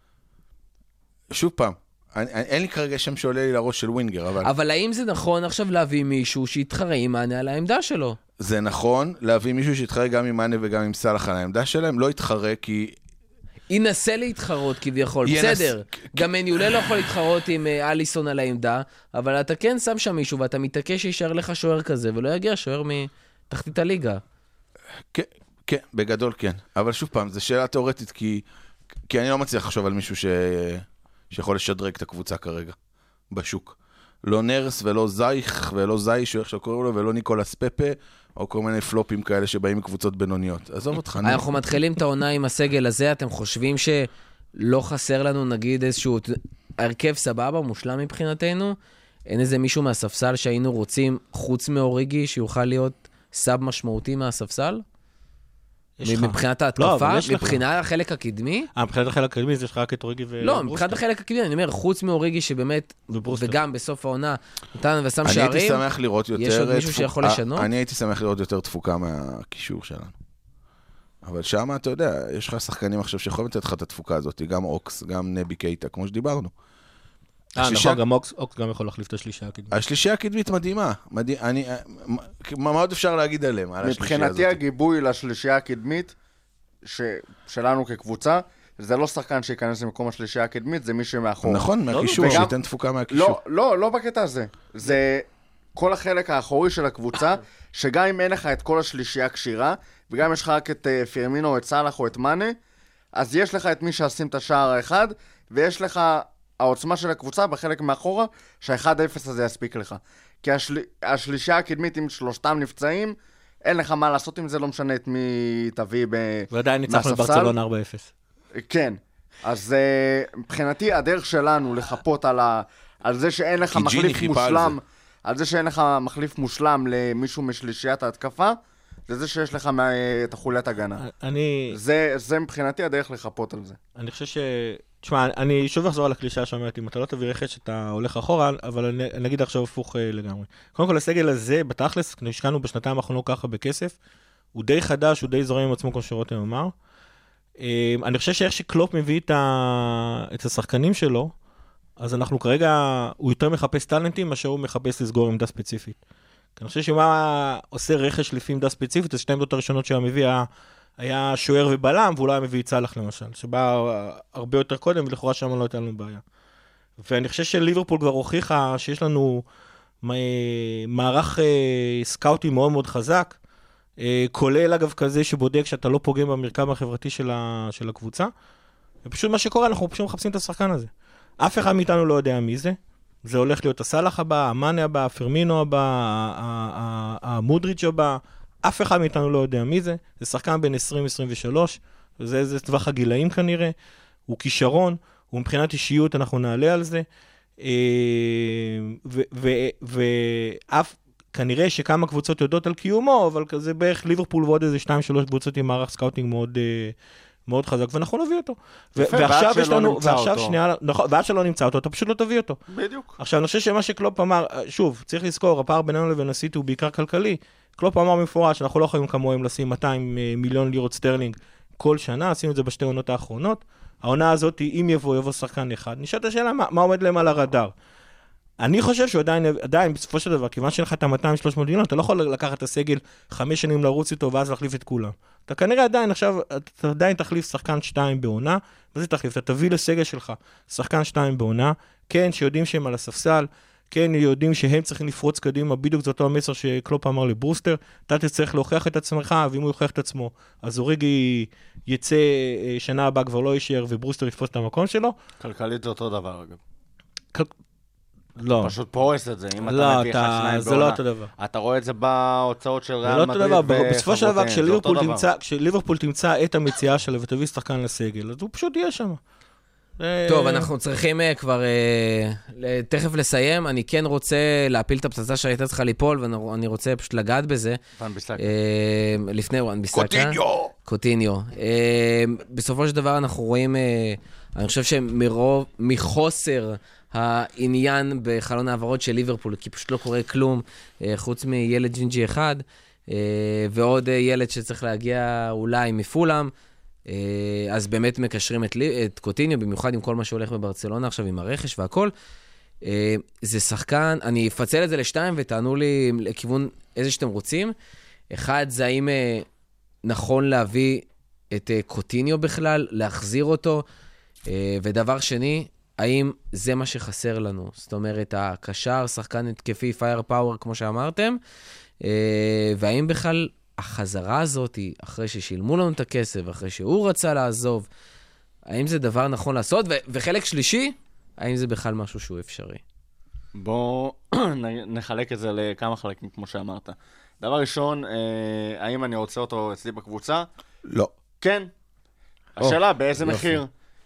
שוב פעם, אין לי כרגע שם שעולה לי לראש של ווינגר, אבל האם זה נכון עכשיו להביא מישהו שיתחרה עם מענה על העמדה שלו? זה נכון להביא מישהו שיתחרה גם עם מענה וגם עם סלח על העמדה שלהם, לא יתחרה כי... ינסה להתחרות כביכול, בסדר. גם מניולה לא יכול להתחרות עם אליסון על העמדה, אבל אתה כן שם שם מישהו, ואתה מתעקש שישאר לך שוער כזה, ולא יגיע שוער מתחתית הליגה. כן, בגדול כן. אבל שוב פעם, זו שאלה תיאורטית, כי אני לא מצליח לחשוב על מישהו שיכול לשדרג את הקבוצה כרגע, בשוק. לא נרס ולא זייך ולא זייש, איך שקוראים לו, ולא ניקולס פפה, או כל מיני פלופים כאלה שבאים מקבוצות בינוניות. עזוב אותך. אנחנו מתחילים את העונה עם הסגל הזה, אתם חושבים שלא חסר לנו, נגיד, איזשהו הרכב סבבה, מושלם מבחינתנו? אין איזה מישהו מהספסל שהיינו רוצים, חוץ מאוריגי, שיוכל להיות סאב משמעותי מהספסל? מבחינת ההתקפה? מבחינת החלק הקדמי? מבחינת החלק הקדמי זה יש לך רק את אוריגי וברוסטר. לא, מבחינת החלק הקדמי, אני אומר, חוץ מאוריגי שבאמת, וגם בסוף העונה, נתן ושם שערים, אני הייתי שמח לראות יותר... יש עוד מישהו שיכול לשנות? אני הייתי שמח לראות יותר תפוקה מהקישור שלנו. אבל שם, אתה יודע, יש לך שחקנים עכשיו שיכולים לתת לך את התפוקה הזאת, גם אוקס, גם נבי קייטה, כמו שדיברנו. נכון, גם אוקס גם יכול להחליף את השלישייה הקדמית. השלישייה הקדמית מדהימה. מה עוד אפשר להגיד עליהם? מבחינתי הגיבוי לשלישייה הקדמית, שלנו כקבוצה, זה לא שחקן שיכנס למקום השלישייה הקדמית, זה מי שמאחור. נכון, מהקישור, שייתן תפוקה מהקישור. לא בקטע הזה. זה כל החלק האחורי של הקבוצה, שגם אם אין לך את כל השלישייה קשירה, וגם יש לך רק את פירמינו, או את סלח, או את מנה, אז יש לך את מי שעשים את השער האחד, ויש לך העוצמה של הקבוצה בחלק מאחורה, שה-1-0 הזה יספיק לך. כי השלישייה הקדמית עם שלושתם נפצעים, אין לך מה לעשות עם זה, לא משנה את מי תביא מהספסל. ועדיין ניצחנו בברצלונה 4-0. כן. אז מבחינתי הדרך שלנו לחפות על זה שאין לך מחליף מושלם, על זה שאין לך מחליף מושלם למישהו משלישיית ההתקפה, זה שיש לך את החוליית הגנה. זה מבחינתי הדרך לחפות על זה. אני חושב תשמע, אני שוב אחזור על הקלישה שאומרת, אם אתה לא תביא רכש, אתה הולך אחורה, אבל אני אגיד עכשיו הפוך לגמרי. קודם כל, הסגל הזה, בתכלס, כשהשקענו בשנתיים האחרונות ככה בכסף, הוא די חדש, הוא די זורם עם עצמו, כמו שרותם אמר. אני חושב שאיך שקלופ מביא את השחקנים שלו, אז אנחנו כרגע, הוא יותר מחפש טלנטים, מאשר הוא מחפש לסגור עמדה ספציפית. אני חושב שמה עושה רכש לפי עמדה ספציפית, אז שתי עמדות הראשונות שהוא מביא היה שוער ובלם, ואולי היה מביא צלח למשל, שבא הרבה יותר קודם, ולכאורה שם לא הייתה לנו בעיה. ואני חושב שליברפול כבר הוכיחה שיש לנו מערך סקאוטי מאוד מאוד חזק, כולל אגב כזה שבודק שאתה לא פוגם במרקם החברתי של הקבוצה, ופשוט מה שקורה, אנחנו פשוט מחפשים את השחקן הזה. אף אחד מאיתנו לא יודע מי זה, זה הולך להיות הסלח הבא, המאנה הבא, הפרמינו הבא, המודריץ' הבא, אף אחד מאיתנו לא יודע מי זה, זה שחקן בין 20-23, זה טווח הגילאים כנראה, הוא כישרון, הוא מבחינת אישיות, אנחנו נעלה על זה, ואף כנראה שכמה קבוצות יודעות על קיומו, אבל זה בערך ליברפול ועוד איזה 2-3 קבוצות עם מערך סקאוטינג מאוד, מאוד חזק, ואנחנו נביא אותו. ועכשיו יש לנו, ועד שלא נמצא אותו, אתה פשוט לא תביא אותו. בדיוק. עכשיו, אני חושב שמה שקלופ אמר, שוב, צריך לזכור, הפער בינינו לבין הסיטי הוא בעיקר כלכלי, קלופ אמר במפורש שאנחנו לא יכולים כמוהם לשים 200 מיליון לירות סטרלינג כל שנה, עשינו את זה בשתי עונות האחרונות. העונה הזאת, אם יבוא שחקן אחד, נשאלת השאלה מה עומד להם על הרדאר. אני חושב שהוא עדיין, בסופו של דבר, כיוון שלך את ה-200-300 מיליון, אתה לא יכול לקחת את הסגל 5 שנים לרוץ איתו, ואז להחליף את כולם. אתה כנראה עדיין, עכשיו, אתה עדיין תחליף שחקן 2 בעונה, וזה תחליף, אתה תביא לסגל שלך שחקן 2 בעונה, כן, שיודעים שהם על הספסל, כן יודעים שהם צריכים לפרוץ קדימה, בדיוק זה אותו המסר שקלופ אמר לברוסטר, אתה תצטרך להוכיח את עצמך, ואם הוא יוכיח את עצמו, אז אוריגי יצא שנה הבאה כבר לא יישאר, וברוסטר יתפוס את המקום שלו. כלכלית זה אותו דבר, אגב. לא. פשוט פורס את זה, אם לא, אתה מביא אחד שניים זה לא אותו דבר. אתה רואה את זה בהוצאות של ריאל מדריד. זה לא אותו דבר, בסופו של דבר, כשליברפול תמצא את המציאה שלה ותביא שחקן לסגל, אז הוא פשוט יהיה שם. טוב, אנחנו צריכים כבר תכף לסיים. אני כן רוצה להפיל את הפצצה שהייתה צריכה ליפול, ואני רוצה פשוט לגעת בזה. ון ביסאקה. לפני ון ביסאקה. קוטיניו. בסופו של דבר אנחנו רואים, אני חושב שמחוסר העניין בחלון העברות של ליברפול, כי פשוט לא קורה כלום, חוץ מילד ג'ינג'י אחד, ועוד ילד שצריך להגיע אולי מפולאם, אז באמת מקשרים את קוטיניו, במיוחד עם כל מה שהולך בברצלונה עכשיו, עם הרכש והכל. זה שחקן, אני אפצל את זה לשתיים, ותענו לי לכיוון איזה שאתם רוצים. אחד, זה האם נכון להביא את קוטיניו בכלל, להחזיר אותו, ודבר שני, האם זה מה שחסר לנו? זאת אומרת, הקשר, שחקן התקפי, פייר פאוור, כמו שאמרתם, והאם בכלל החזרה הזאת, אחרי ששילמו לנו את הכסף, אחרי שהוא רצה לעזוב, האם זה דבר נכון לעשות? וחלק שלישי, האם זה בכלל משהו שהוא אפשרי? בואו נחלק את זה לכמה חלקים, כמו שאמרת. דבר ראשון, האם אני רוצה אותו אצלי בקבוצה? לא. כן. השאלה, באיזה מחיר?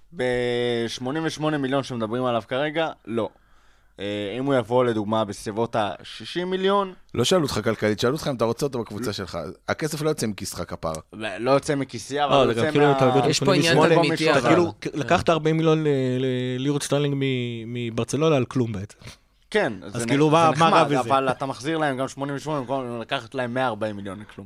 ב-88 מיליון שמדברים עליו כרגע? לא. אם הוא יבוא לדוגמה בסביבות ה-60 מיליון... לא שאלו אותך כלכלית, שאלו אותך אם אתה רוצה אותו בקבוצה שלך. הכסף לא יוצא מכיסך כפר. לא יוצא מכיסי, אבל יוצא מה... יש פה עניין תדמיתי, אבל... כאילו, לקחת 40 מיליון לירות סטרלינג מברצלונה על כלום בעצם. כן, אז כאילו מה רע בזה? אבל אתה מחזיר להם גם 88, במקום לקחת להם 140 מיליון לכלום.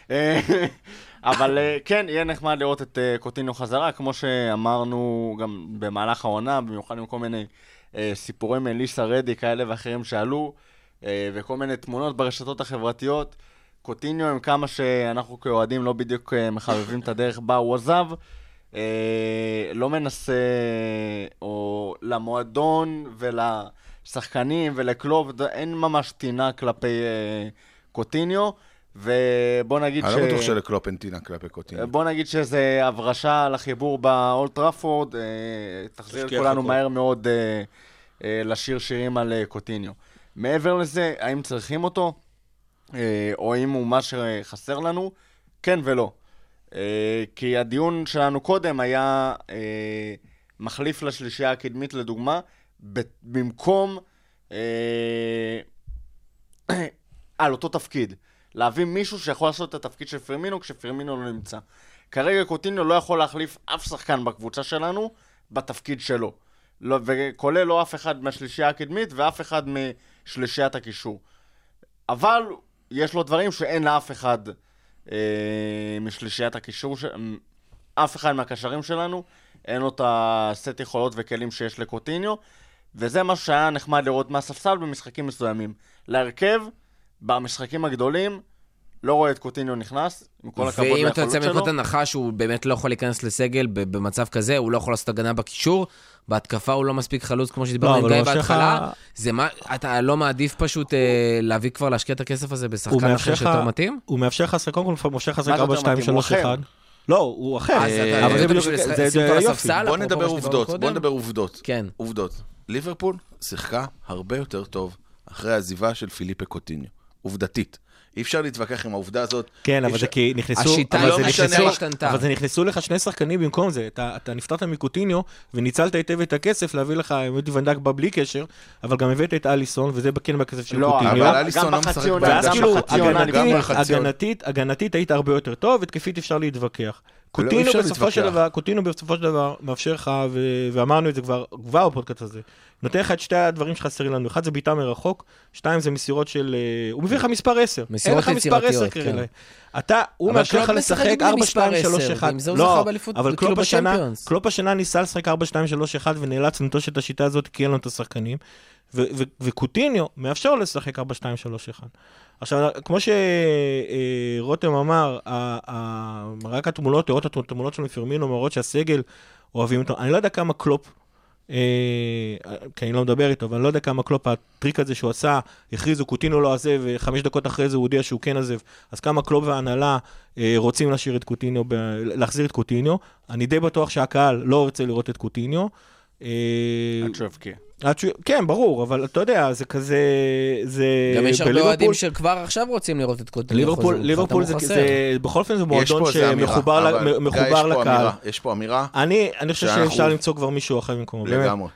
אבל כן, יהיה נחמד לראות את קוטיניו חזרה, כמו שאמרנו גם במהלך העונה, במיוחד עם כל מיני סיפורי מליסה רדי כאלה ואחרים שעלו, וכל מיני תמונות ברשתות החברתיות. קוטיניו הם כמה שאנחנו כאוהדים לא בדיוק מחבבים את הדרך בה הוא עזב, לא מנסה, או למועדון ולשחקנים ולקלוב, אין ממש טינה כלפי קוטיניו, ובוא נגיד אני לא בטוח שלקלופ אין טינה כלפי קוטיניו. בוא נגיד שזה הברשה לחיבור באולד טראפורד, תחזיר את כולנו מהר מאוד לשיר שירים על קוטיניו. מעבר לזה, האם צריכים אותו, או אם הוא מה שחסר לנו? כן ולא. כי הדיון שלנו קודם היה מחליף לשלישייה הקדמית לדוגמה, במקום על אותו תפקיד. להביא מישהו שיכול לעשות את התפקיד של פרמינו כשפרמינו לא נמצא. כרגע קוטיניו לא יכול להחליף אף שחקן בקבוצה שלנו בתפקיד שלו. לא, וכולל לא אף אחד מהשלישייה הקדמית ואף אחד משלישיית הקישור. אבל יש לו דברים שאין לאף אחד משלישיית הקישור, אף אחד מהקשרים שלנו, אין לו את הסט יכולות וכלים שיש לקוטיניו, וזה משהו שהיה נחמד לראות מהספסל במשחקים מסוימים. להרכב, במשחקים הגדולים, לא רואה את קוטיניו נכנס, עם כל הכבוד ליכולות שלו. ואם אתה יוצא מנקודת הנחה שהוא באמת לא יכול להיכנס לסגל במצב כזה, הוא לא יכול לעשות הגנה בקישור, בהתקפה הוא לא מספיק חלוץ, כמו שדיברנו עם גיא בהתחלה, אתה לא מעדיף פשוט להביא כבר להשקיע את הכסף הזה בשחקן אחר שיותר מתאים? הוא מאפשר לך, קודם כל הוא מאפשר לך 4, 2, 3, 1. לא, הוא אחר. אבל זה בדיוק, זה יופי. בוא נדבר עובדות, בוא נדבר עובדות. כן. עובדות. ליברפול שיחקה הרבה יותר טוב אחרי העזיבה של פיליפה קוטיניו. עובדתית. אי אפשר להתווכח עם העובדה הזאת. כן, אבל זה כי נכנסו... השיטה השתנתה. אבל זה נכנסו לך שני שחקנים במקום זה. אתה נפתרת מקוטיניו, וניצלת היטב את הכסף להביא לך, מודי ונדק בא בלי קשר, אבל גם הבאת את אליסון, וזה כן בכסף של קוטיניו. אבל אליסון לא משחק הגנתית היית הרבה יותר טוב, ותקפית אפשר להתווכח. קוטיניו בסופו של דבר מאפשר לך, ואמרנו את זה כבר בפודקאסט הזה, נותן לך את שתי הדברים שחסרים לנו. אחד זה ביטה מרחוק, שתיים זה מסירות של... הוא מביא לך מספר 10. מסירות יצירתיות, כן. הוא מאפשר לך לשחק 4-2-3-1. לא, אבל קלופ השנה ניסה לשחק 4-2-3-1 ונאלץ לנטוש את השיטה הזאת כי אין לנו את השחקנים. וקוטיניו מאפשר לשחק 4-2-3-1. עכשיו, כמו שרותם אמר, רק התמונות, לראות את התמונות של פרמינו, מראות שהסגל אוהבים אותו. אני לא יודע כמה קלופ כי אני לא מדבר איתו, אבל אני לא יודע כמה קלופ, הטריק הזה שהוא עשה, הכריזו, קוטיניו לא עזב, ו5 דקות אחרי זה הוא הודיע שהוא כן עזב, אז כמה קלופ וההנהלה רוצים להשאיר את קוטיניו, להחזיר את קוטיניו, אני די בטוח שהקהל לא רוצה לראות את קוטיניו. עד שהוא יבקיע. כן, ברור, אבל אתה יודע, זה כזה... גם יש הרבה אוהדים שכבר עכשיו רוצים לראות את קוטיניו. ליברפול זה, בכל אופן זה מועדון שמחובר לקהל. יש פה אמירה. אני חושב שאפשר למצוא כבר מישהו אחר במקומו. לגמרי.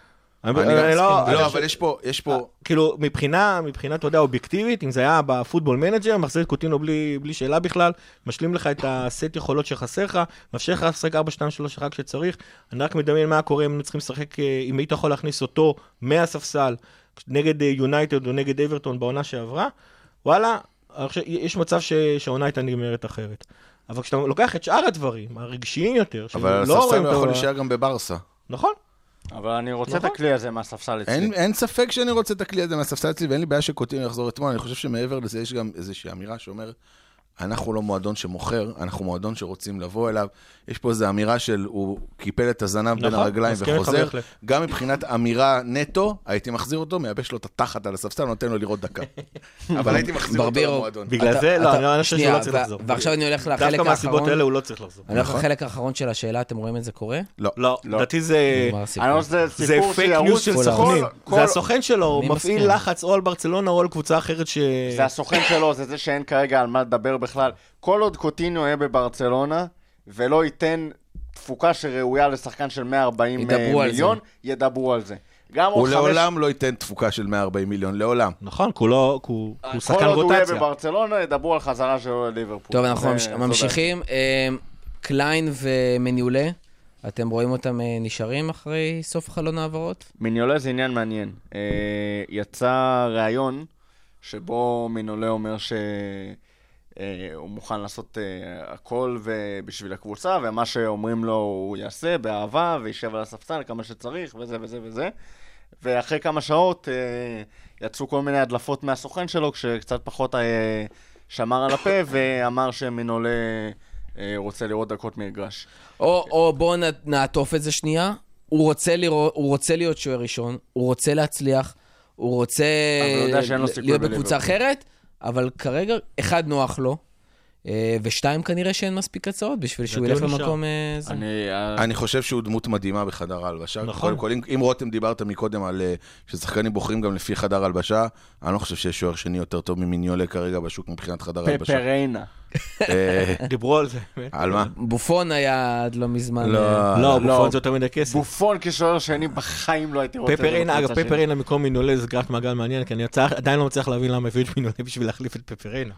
לא, אבל יש פה... כאילו, מבחינה, אתה יודע, אובייקטיבית, אם זה היה בפוטבול מנג'ר, מחזיר את קוטיניו בלי שאלה בכלל, משלים לך את הסט יכולות שחסר לך, מאפשר לך לשחק 4-2-3 רק כשצריך. אני רק מדמיין מה קורה אם צריכים לשחק, אם היית יכול להכניס אותו מהספסל, נגד יונייטד או נגד אברטון בעונה שעברה, וואלה, יש מצב שהעונה הייתה נגמרת אחרת. אבל כשאתה לוקח את שאר הדברים, הרגשיים יותר, אבל הספסל לא יכול להישאר גם בברסה. נכון. אבל אני רוצה את הכלי הזה מהספסל אצלי. אין ספק שאני רוצה את הכלי הזה מהספסל אצלי, ואין לי בעיה שקוטיניו יחזור אתמול. אני חושב שמעבר לזה יש גם איזושהי אמירה שאומרת, אנחנו לא מועדון שמוכר, אנחנו מועדון שרוצים לבוא אליו. יש פה איזו אמירה של, הוא קיפל את הזנב בין הרגליים וחוזר. גם מבחינת אמירה נטו, הייתי מחזיר אותו, מייבש לו את התחת על הספסל, נותן לו לראות דקה. אבל הייתי מחזיר אותו למועדון. בגלל זה, לא, אני חושב שהוא לא צריך לחזור. ועכשיו אני הולך לחלק האחרון. דווקא מהסיבות האלה הוא לא צריך לחזור. אני הולך לחלק האחרון של השאלה, אתם רואים את זה קורה? לא, לדעתי זה פייק ניוז של סוכנים. זה הסוכן שלו, הוא מפעיל לחץ או על ברצלונה או על קבוצה אחרת ש... זה הסוכן שלו, זה שאין כרגע על מה לדבר בכלל. כל עוד קוטיניו יהיה בברצלונה, ולא ייתן תפוקה שראויה לשחקן של 140 מיליון, ידברו על זה. הוא לעולם לא ייתן תפוקה של 140 מיליון, לעולם. נכון, הוא שחקן רוטציה. כל עוד הוא יהיה בברצלונה, ידברו על חזרה שלו לליברפול. טוב, אנחנו ממשיכים. קליין ומניולה, אתם רואים אותם נשארים אחרי סוף חלון העברות? מניולה זה עניין מעניין. יצא ראיון, שבו מניולה אומר הוא מוכן לעשות הכל בשביל הקבוצה, ומה שאומרים לו הוא יעשה באהבה, וישב על הספסל כמה שצריך, וזה וזה וזה. ואחרי כמה שעות יצאו כל מיני הדלפות מהסוכן שלו, כשקצת פחות שמר על הפה, ואמר שמנולה רוצה לראות דקות מגרש. או בואו נעטוף את זה שנייה, הוא רוצה להיות שוער ראשון, הוא רוצה להצליח, הוא רוצה להיות בקבוצה אחרת, אבל כרגע, אחד נוח לו, ושתיים כנראה שאין מספיק הצעות, בשביל שהוא ילך למקום זה. אני חושב שהוא דמות מדהימה בחדר ההלבשה. נכון. אם רותם דיברת מקודם על ששחקנים בוחרים גם לפי חדר ההלבשה, אני לא חושב שיש שוער שני יותר טוב ממיניולה כרגע בשוק מבחינת חדר ההלבשה. פפריינה. דיברו על זה. על מה? בופון היה עד לא מזמן. לא, בופון זה יותר מדי כסף. בופון כשוער שני בחיים לא הייתי רוצה. פפריינה, אגב, פפריינה מקום מינולה זה גרף מעגל מעניין, כי אני עדיין לא מצליח להבין למה הביאו את מינולה בשביל להחליף את פפריינה.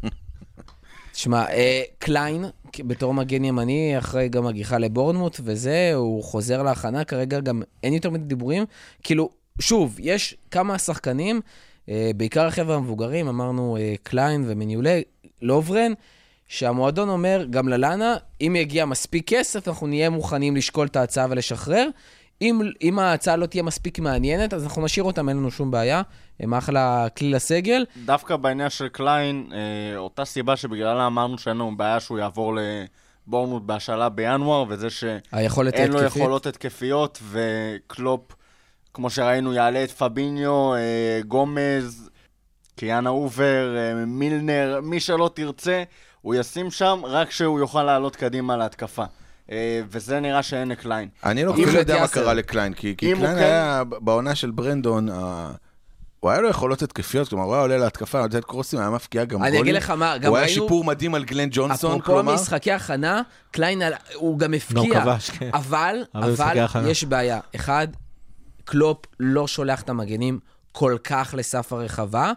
תשמע, קליין, בתור מגן ימני, אחרי גם הגיחה לבורנמוט וזה, הוא חוזר להכנה, כרגע גם אין יותר מדי דיבורים. כאילו, שוב, יש כמה שחקנים, בעיקר החבר'ה המבוגרים, אמרנו קליין ומניולה, לוברן, שהמועדון אומר, גם ללנה, אם יגיע מספיק כסף, אנחנו נהיה מוכנים לשקול את ההצעה ולשחרר. אם ההצעה לא תהיה מספיק מעניינת, אז אנחנו נשאיר אותם, אין לנו שום בעיה. הם אחלה כלי לסגל. דווקא בעניין של קליין, אותה סיבה שבגללה אמרנו שאין לנו בעיה שהוא יעבור לבורנמוט בהשאלה בינואר, וזה שאין לו יכולות התקפיות, וקלופ, כמו שראינו, יעלה את פביניו, גומז, קיאנה אובר, מילנר, מי שלא תרצה, הוא ישים שם רק שהוא יוכל לעלות קדימה להתקפה. וזה נראה שאין לקליין. אני לא כאילו יודע מה קרה לקליין, כי קליין היה בעונה של ברנדון, הוא היה לו יכולות התקפיות, כלומר, הוא היה עולה להתקפה, הוא נותן קרוסים, היה מפקיע גם גולים. אני אגיד לך מה, גם הוא היה שיפור מדהים על גלן ג'ונסון, כלומר. אפרופו משחקי הכנה, קליין הוא גם הפקיע, אבל יש בעיה. אחד, קלופ לא שולח את המגנים כל כך לסף הרחבה,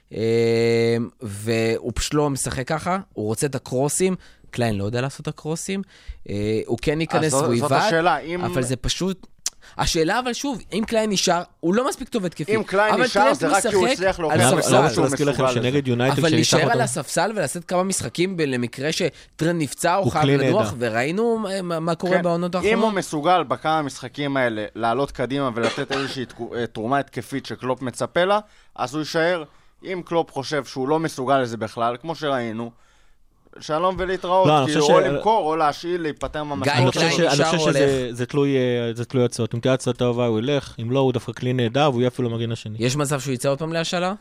והוא פשוט לא משחק ככה, הוא רוצה את הקרוסים, קליין לא יודע לעשות את הקרוסים, הוא כן ייכנס והוא יבד, אבל זה פשוט... השאלה אבל שוב, אם קליין נשאר, הוא לא מספיק טוב התקפי. אם קליין נשאר, זה רק כי הוא הצליח להוכיח שהוא מסוגל לזה. אבל נשאר על הספסל ולעשות כמה משחקים למקרה שטרנד נפצע או חייב לנוח, וראינו מה קורה בעונות האחרונות. אם הוא מסוגל בכמה המשחקים האלה לעלות קדימה ולתת איזושהי תרומה התקפית שקלופ מצפה לה, אז הוא יישאר. אם קלופ חושב שהוא לא מסוגל לזה בכלל, כמו שראינו, שלום ולהתראות, לא, אני כאילו, חושב או ש- למכור, או להשאיל, להיפטר מהמשכורת אני קליין חושב נשאר או שזה תלוי הצעות. אם תהיה הצעה טובה הוא ילך, אם לא הוא דווקא כלי נהדר והוא יהיה אפילו מגן השני. יש מצב שהוא יצא עוד פעם להשאלה?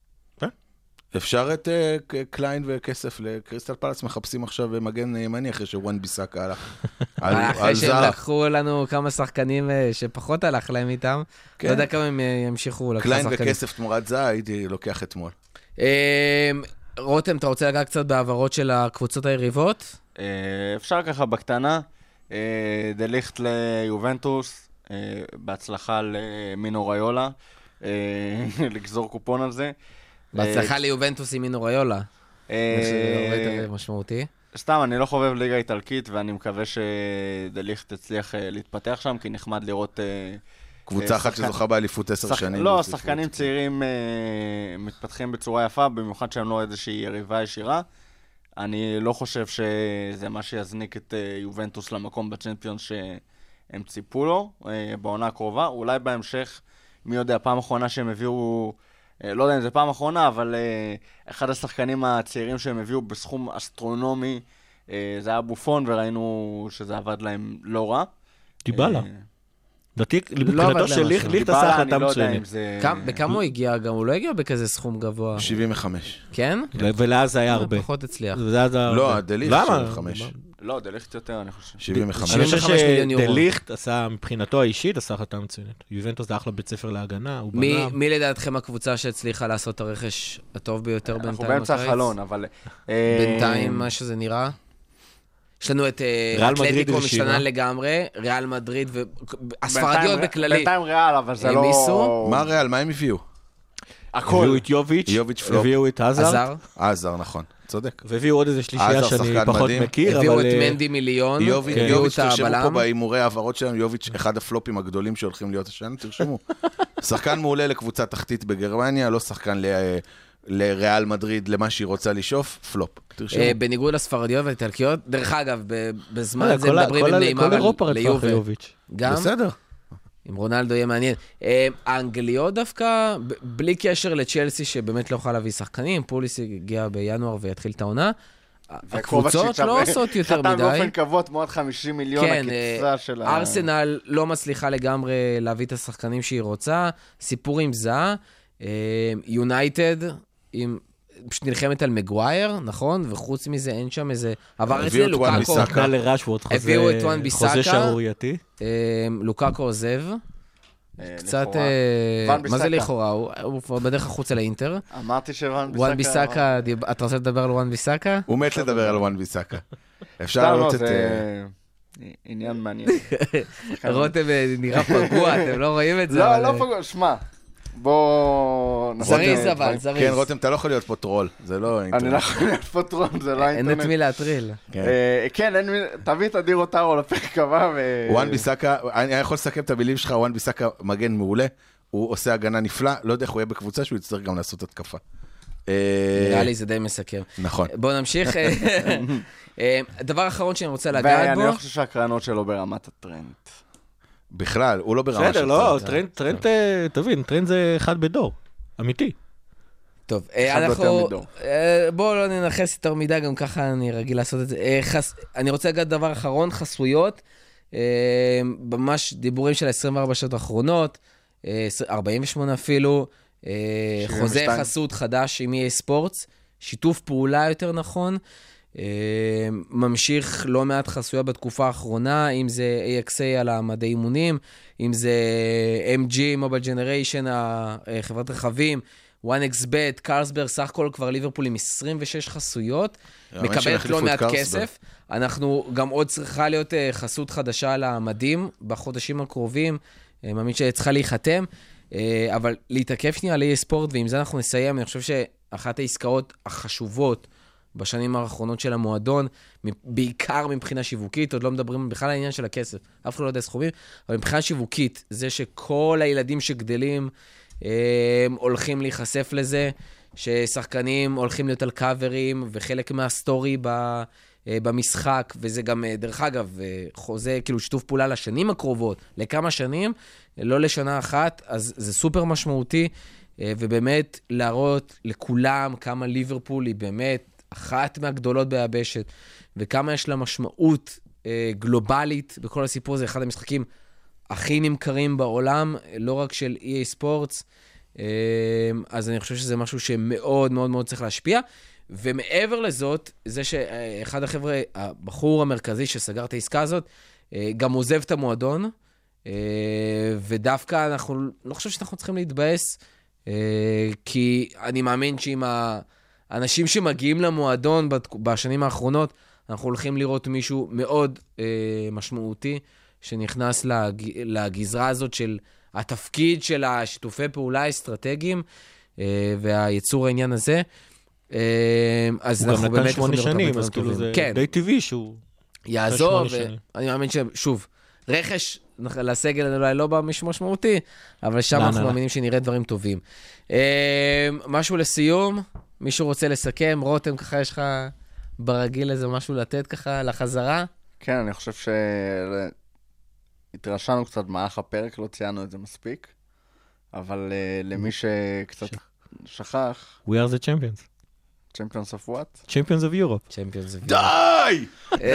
אפשר את קליין וכסף לקריסטל פלאס, מחפשים עכשיו מגן ימני אחרי שוואן ביסאקה הלך. אחרי שהם לקחו לנו כמה שחקנים שפחות הלך להם איתם, לא יודע כמה הם ימשיכו לקחת קליין שחקנים. וכסף תמורת זה, הייתי לוקח אתמול. רותם, אתה רוצה לגעת קצת בעברות של הקבוצות היריבות? אפשר ככה בקטנה, דליכט ליובנטוס, בהצלחה למינו ריולה, לגזור קופון על זה. בהצלחה ליובנטוס עם מינו ריולה. זה הרבה יותר משמעותי. סתם, אני לא חובב ליגה איטלקית, ואני מקווה שדליכט תצליח להתפתח שם, כי נחמד לראות... קבוצה אחת שזוכה באליפות 10 שנים. לא, שחקנים צעירים מתפתחים בצורה יפה, במיוחד שהם לא איזושהי יריבה ישירה. אני לא חושב שזה מה שיזניק את יובנטוס למקום בצ'מפיונס שהם ציפו לו בעונה הקרובה. אולי בהמשך, מי יודע, פעם אחרונה שהם הביאו, לא יודע אם זה פעם אחרונה, אבל אחד השחקנים הצעירים שהם הביאו בסכום אסטרונומי, זה היה בופון, וראינו שזה עבד להם לא רע. דיבלה. דעתי, מבחינתו של ליכט עשה החלטה מצוינת. בכמה הוא הגיע גם? הוא לא הגיע בכזה סכום גבוה. 75. כן? ולאז זה היה הרבה. פחות הצליח. לא, דליכט 75. לא, דליכט יותר, אני חושב. 75. אני חושב 75 מיליון יורו. שדליכט עשה, מבחינתו האישית, עשה החלטה מצוינת. יובנטוס זה אחלה בית ספר להגנה, הוא בנה... מי לדעתכם הקבוצה שהצליחה לעשות את הרכש הטוב ביותר בינתיים? אנחנו באמצע החלון, אבל... בינתיים, מה שזה נראה. יש לנו את אתלטיקו משתנה לגמרי, ריאל מדריד והספרדיות בכללי. בינתיים ריאל, אבל זה הם לא... ניסו? מה ריאל? מה הם הביאו? הכל. הביאו את יוביץ' פלופ. הביאו את עזר, עזר, נכון. צודק. והביאו עוד איזה שלישייה עזר, שאני שחקן פחות מדהים. מכיר, הביאו אבל... את מנדי מיליון, הביאו יוביץ', את תרשמו פה הבלם. בהימורי העברות שלנו, יוביץ' אחד הפלופים הגדולים שהולכים להיות השנה, תרשמו. שחקן מעולה לקבוצה תחתית בגרמניה, לא שחקן לריאל מדריד, למה שהיא רוצה לשאוף, פלופ. תרשמו. בניגוד לספרדיות והאיטלקיות, דרך אגב, בזמן הזה מדברים עם נאמר כל אירופה רצה ליובה. אחרי יוביץ'. גם? בסדר. עם רונלדו יהיה מעניין. האנגליות דווקא, בלי קשר לצ'לסי, שבאמת לא יכולה להביא שחקנים, פוליס הגיע בינואר ויתחיל את העונה. הקבוצות לא עושות יותר מדי. חתם באופן קבוע תמורת 50 מיליון הקצה של ה... ארסנל לא מצליחה לגמרי להביא את השחקנים שהיא רוצה. סיפור עם זהה. יונייטד, פשוט נלחמת על מגווייר, נכון? וחוץ מזה אין שם איזה... עבר אצלי לוקאקו. נתנה לרשוורד הביאו את וואן ביסאקה. חוזה שערורייתי. לוקאקו עוזב. קצת... מה זה לכאורה? הוא בדרך החוצה לאינטר. אמרתי שוואן ביסאקה... וואן ביסאקה, אתה רוצה לדבר על וואן ביסאקה? הוא מת לדבר על וואן ביסאקה. אפשר לראות את... זה עניין מעניין. רותם נראה פגוע, אתם לא רואים את זה? לא, לא פגוע, שמע. בוא... זריז אבל, זריז. כן, רותם, אתה לא יכול להיות פה טרול, זה לא אינטרנט. אני לא יכול להיות פה טרול, זה לא אינטרנט. אין את מי להטריל. כן, אין מי... תביא את אדיר אותרו לפרק הבא ו... וואן ביסאקה, אני יכול לסכם את המילים שלך, וואן ביסאקה מגן מעולה, הוא עושה הגנה נפלא, לא יודע איך הוא יהיה בקבוצה שהוא יצטרך גם לעשות התקפה. נראה לי זה די מסכם. נכון. בואו נמשיך. דבר אחרון שאני רוצה לגעת בו. ואני לא חושב שהקרנות שלו ברמת הטרנד. בכלל, הוא לא ברמה בסדר, לא, טרנד, תבין, טרנד זה אחד בדור, אמיתי. טוב, אנחנו... בואו לא ננחס יותר מדי, גם ככה אני רגיל לעשות את זה. אני רוצה להגיד דבר אחרון, חסויות, ממש דיבורים של 24 שעות האחרונות, 48 אפילו, חוזה חסות חדש עם EA ספורטס, שיתוף פעולה יותר נכון, ממשיך לא מעט חסויות בתקופה האחרונה, אם זה AXA על המדעי אימונים, אם זה MG, Mobile Generation, חברת רכבים, 1xbet, קרסברג, סך הכל כבר ליברפול עם 26 חסויות, מקבלת לא מעט כסף. אנחנו גם עוד צריכה להיות חסות חדשה על המדים בחודשים הקרובים, מאמין שצריכה להיחתם, אבל להתעכב שנייה על EA ספורט, ועם זה אנחנו נסיים. אני חושב שאחת העסקאות החשובות בשנים האחרונות של המועדון, בעיקר מבחינה שיווקית, עוד לא מדברים בכלל על העניין של הכסף, אף אחד לא יודע סכומים, אבל מבחינה שיווקית, זה שכל הילדים שגדלים הולכים להיחשף לזה, ששחקנים הולכים להיות על קאברים, וחלק מהסטורי במשחק, וזה גם, דרך אגב, חוזה כאילו שיתוף פעולה לשנים הקרובות, לכמה שנים, לא לשנה אחת, אז זה סופר משמעותי, ובאמת להראות לכולם כמה ליברפול היא באמת אחת מהגדולות ביבשת, וכמה יש לה משמעות גלובלית בכל הסיפור, זה אחד המשחקים הכי נמכרים בעולם, לא רק של EA Sports, אז אני חושב שזה משהו שמאוד מאוד מאוד צריך להשפיע, ומעבר לזאת, זה שאחד החבר'ה, הבחור המרכזי שסגר את העסקה הזאת, גם עוזב את המועדון, ודווקא אנחנו, לא חושב שאנחנו צריכים להתבאס, כי אני מאמין שעם האנשים שמגיעים למועדון בשנים האחרונות, אנחנו הולכים לראות מישהו מאוד משמעותי, שנכנס לגזרה הזאת של התפקיד של השיתופי פעולה האסטרטגיים, והיצור העניין הזה. אז אנחנו באמת יכולים לראות הרבה דברים טובים. זה די טבעי שהוא יעזוב, ואני מאמין ששוב, רכש לסגל אולי לא משמעותי, אבל שם אנחנו מאמינים שנראה דברים טובים. משהו לסיום, מישהו רוצה לסכם, רותם, ככה יש לך ברגיל איזה משהו לתת ככה לחזרה? כן, אני חושב התרשמנו קצת במהלך הפרק, לא ציינו את זה מספיק, אבל למי שקצת שכח... We are the champions. Champions of what? Champions of Europe. Champions of Europe. די!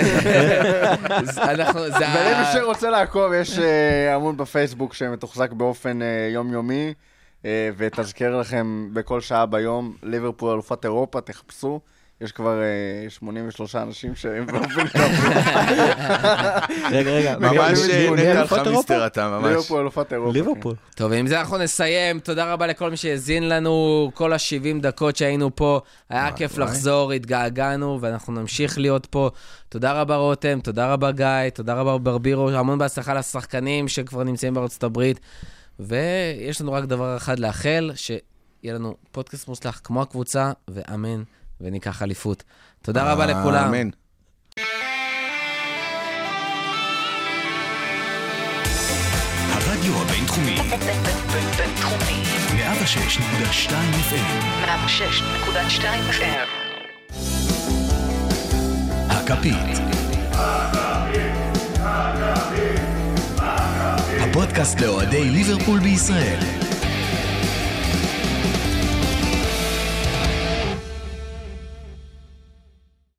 ולמי שרוצה לעקוב, יש עמוד בפייסבוק שמתוחזק באופן יומיומי, ותזכר לכם בכל שעה ביום, ליברפול אלופת אירופה, תחפשו. יש כבר 83 אנשים שהם באופן קבוע. רגע. ממש נטע לך מיסטר אתה, ממש. ליברפול אלופת אירופה. ליברפול. טוב, עם זה אנחנו נסיים. תודה רבה לכל מי שהזין לנו, כל ה-70 דקות שהיינו פה. היה כיף לחזור, התגעגענו, ואנחנו נמשיך להיות פה. תודה רבה רותם, תודה רבה גיא, תודה רבה ברבירו, המון בהצלחה לשחקנים שכבר נמצאים בארצות הברית. ויש לנו רק דבר אחד לאחל, שיהיה לנו פודקאסט מוצלח כמו הקבוצה, ואמן. וניקח אליפות. תודה רבה לכולם. אמן. הרדיו הבינתחומי. בינתחומי. 106.2 FM. 106.2 FM. הכפית. הפודקאסט לאוהדי ליברפול בישראל.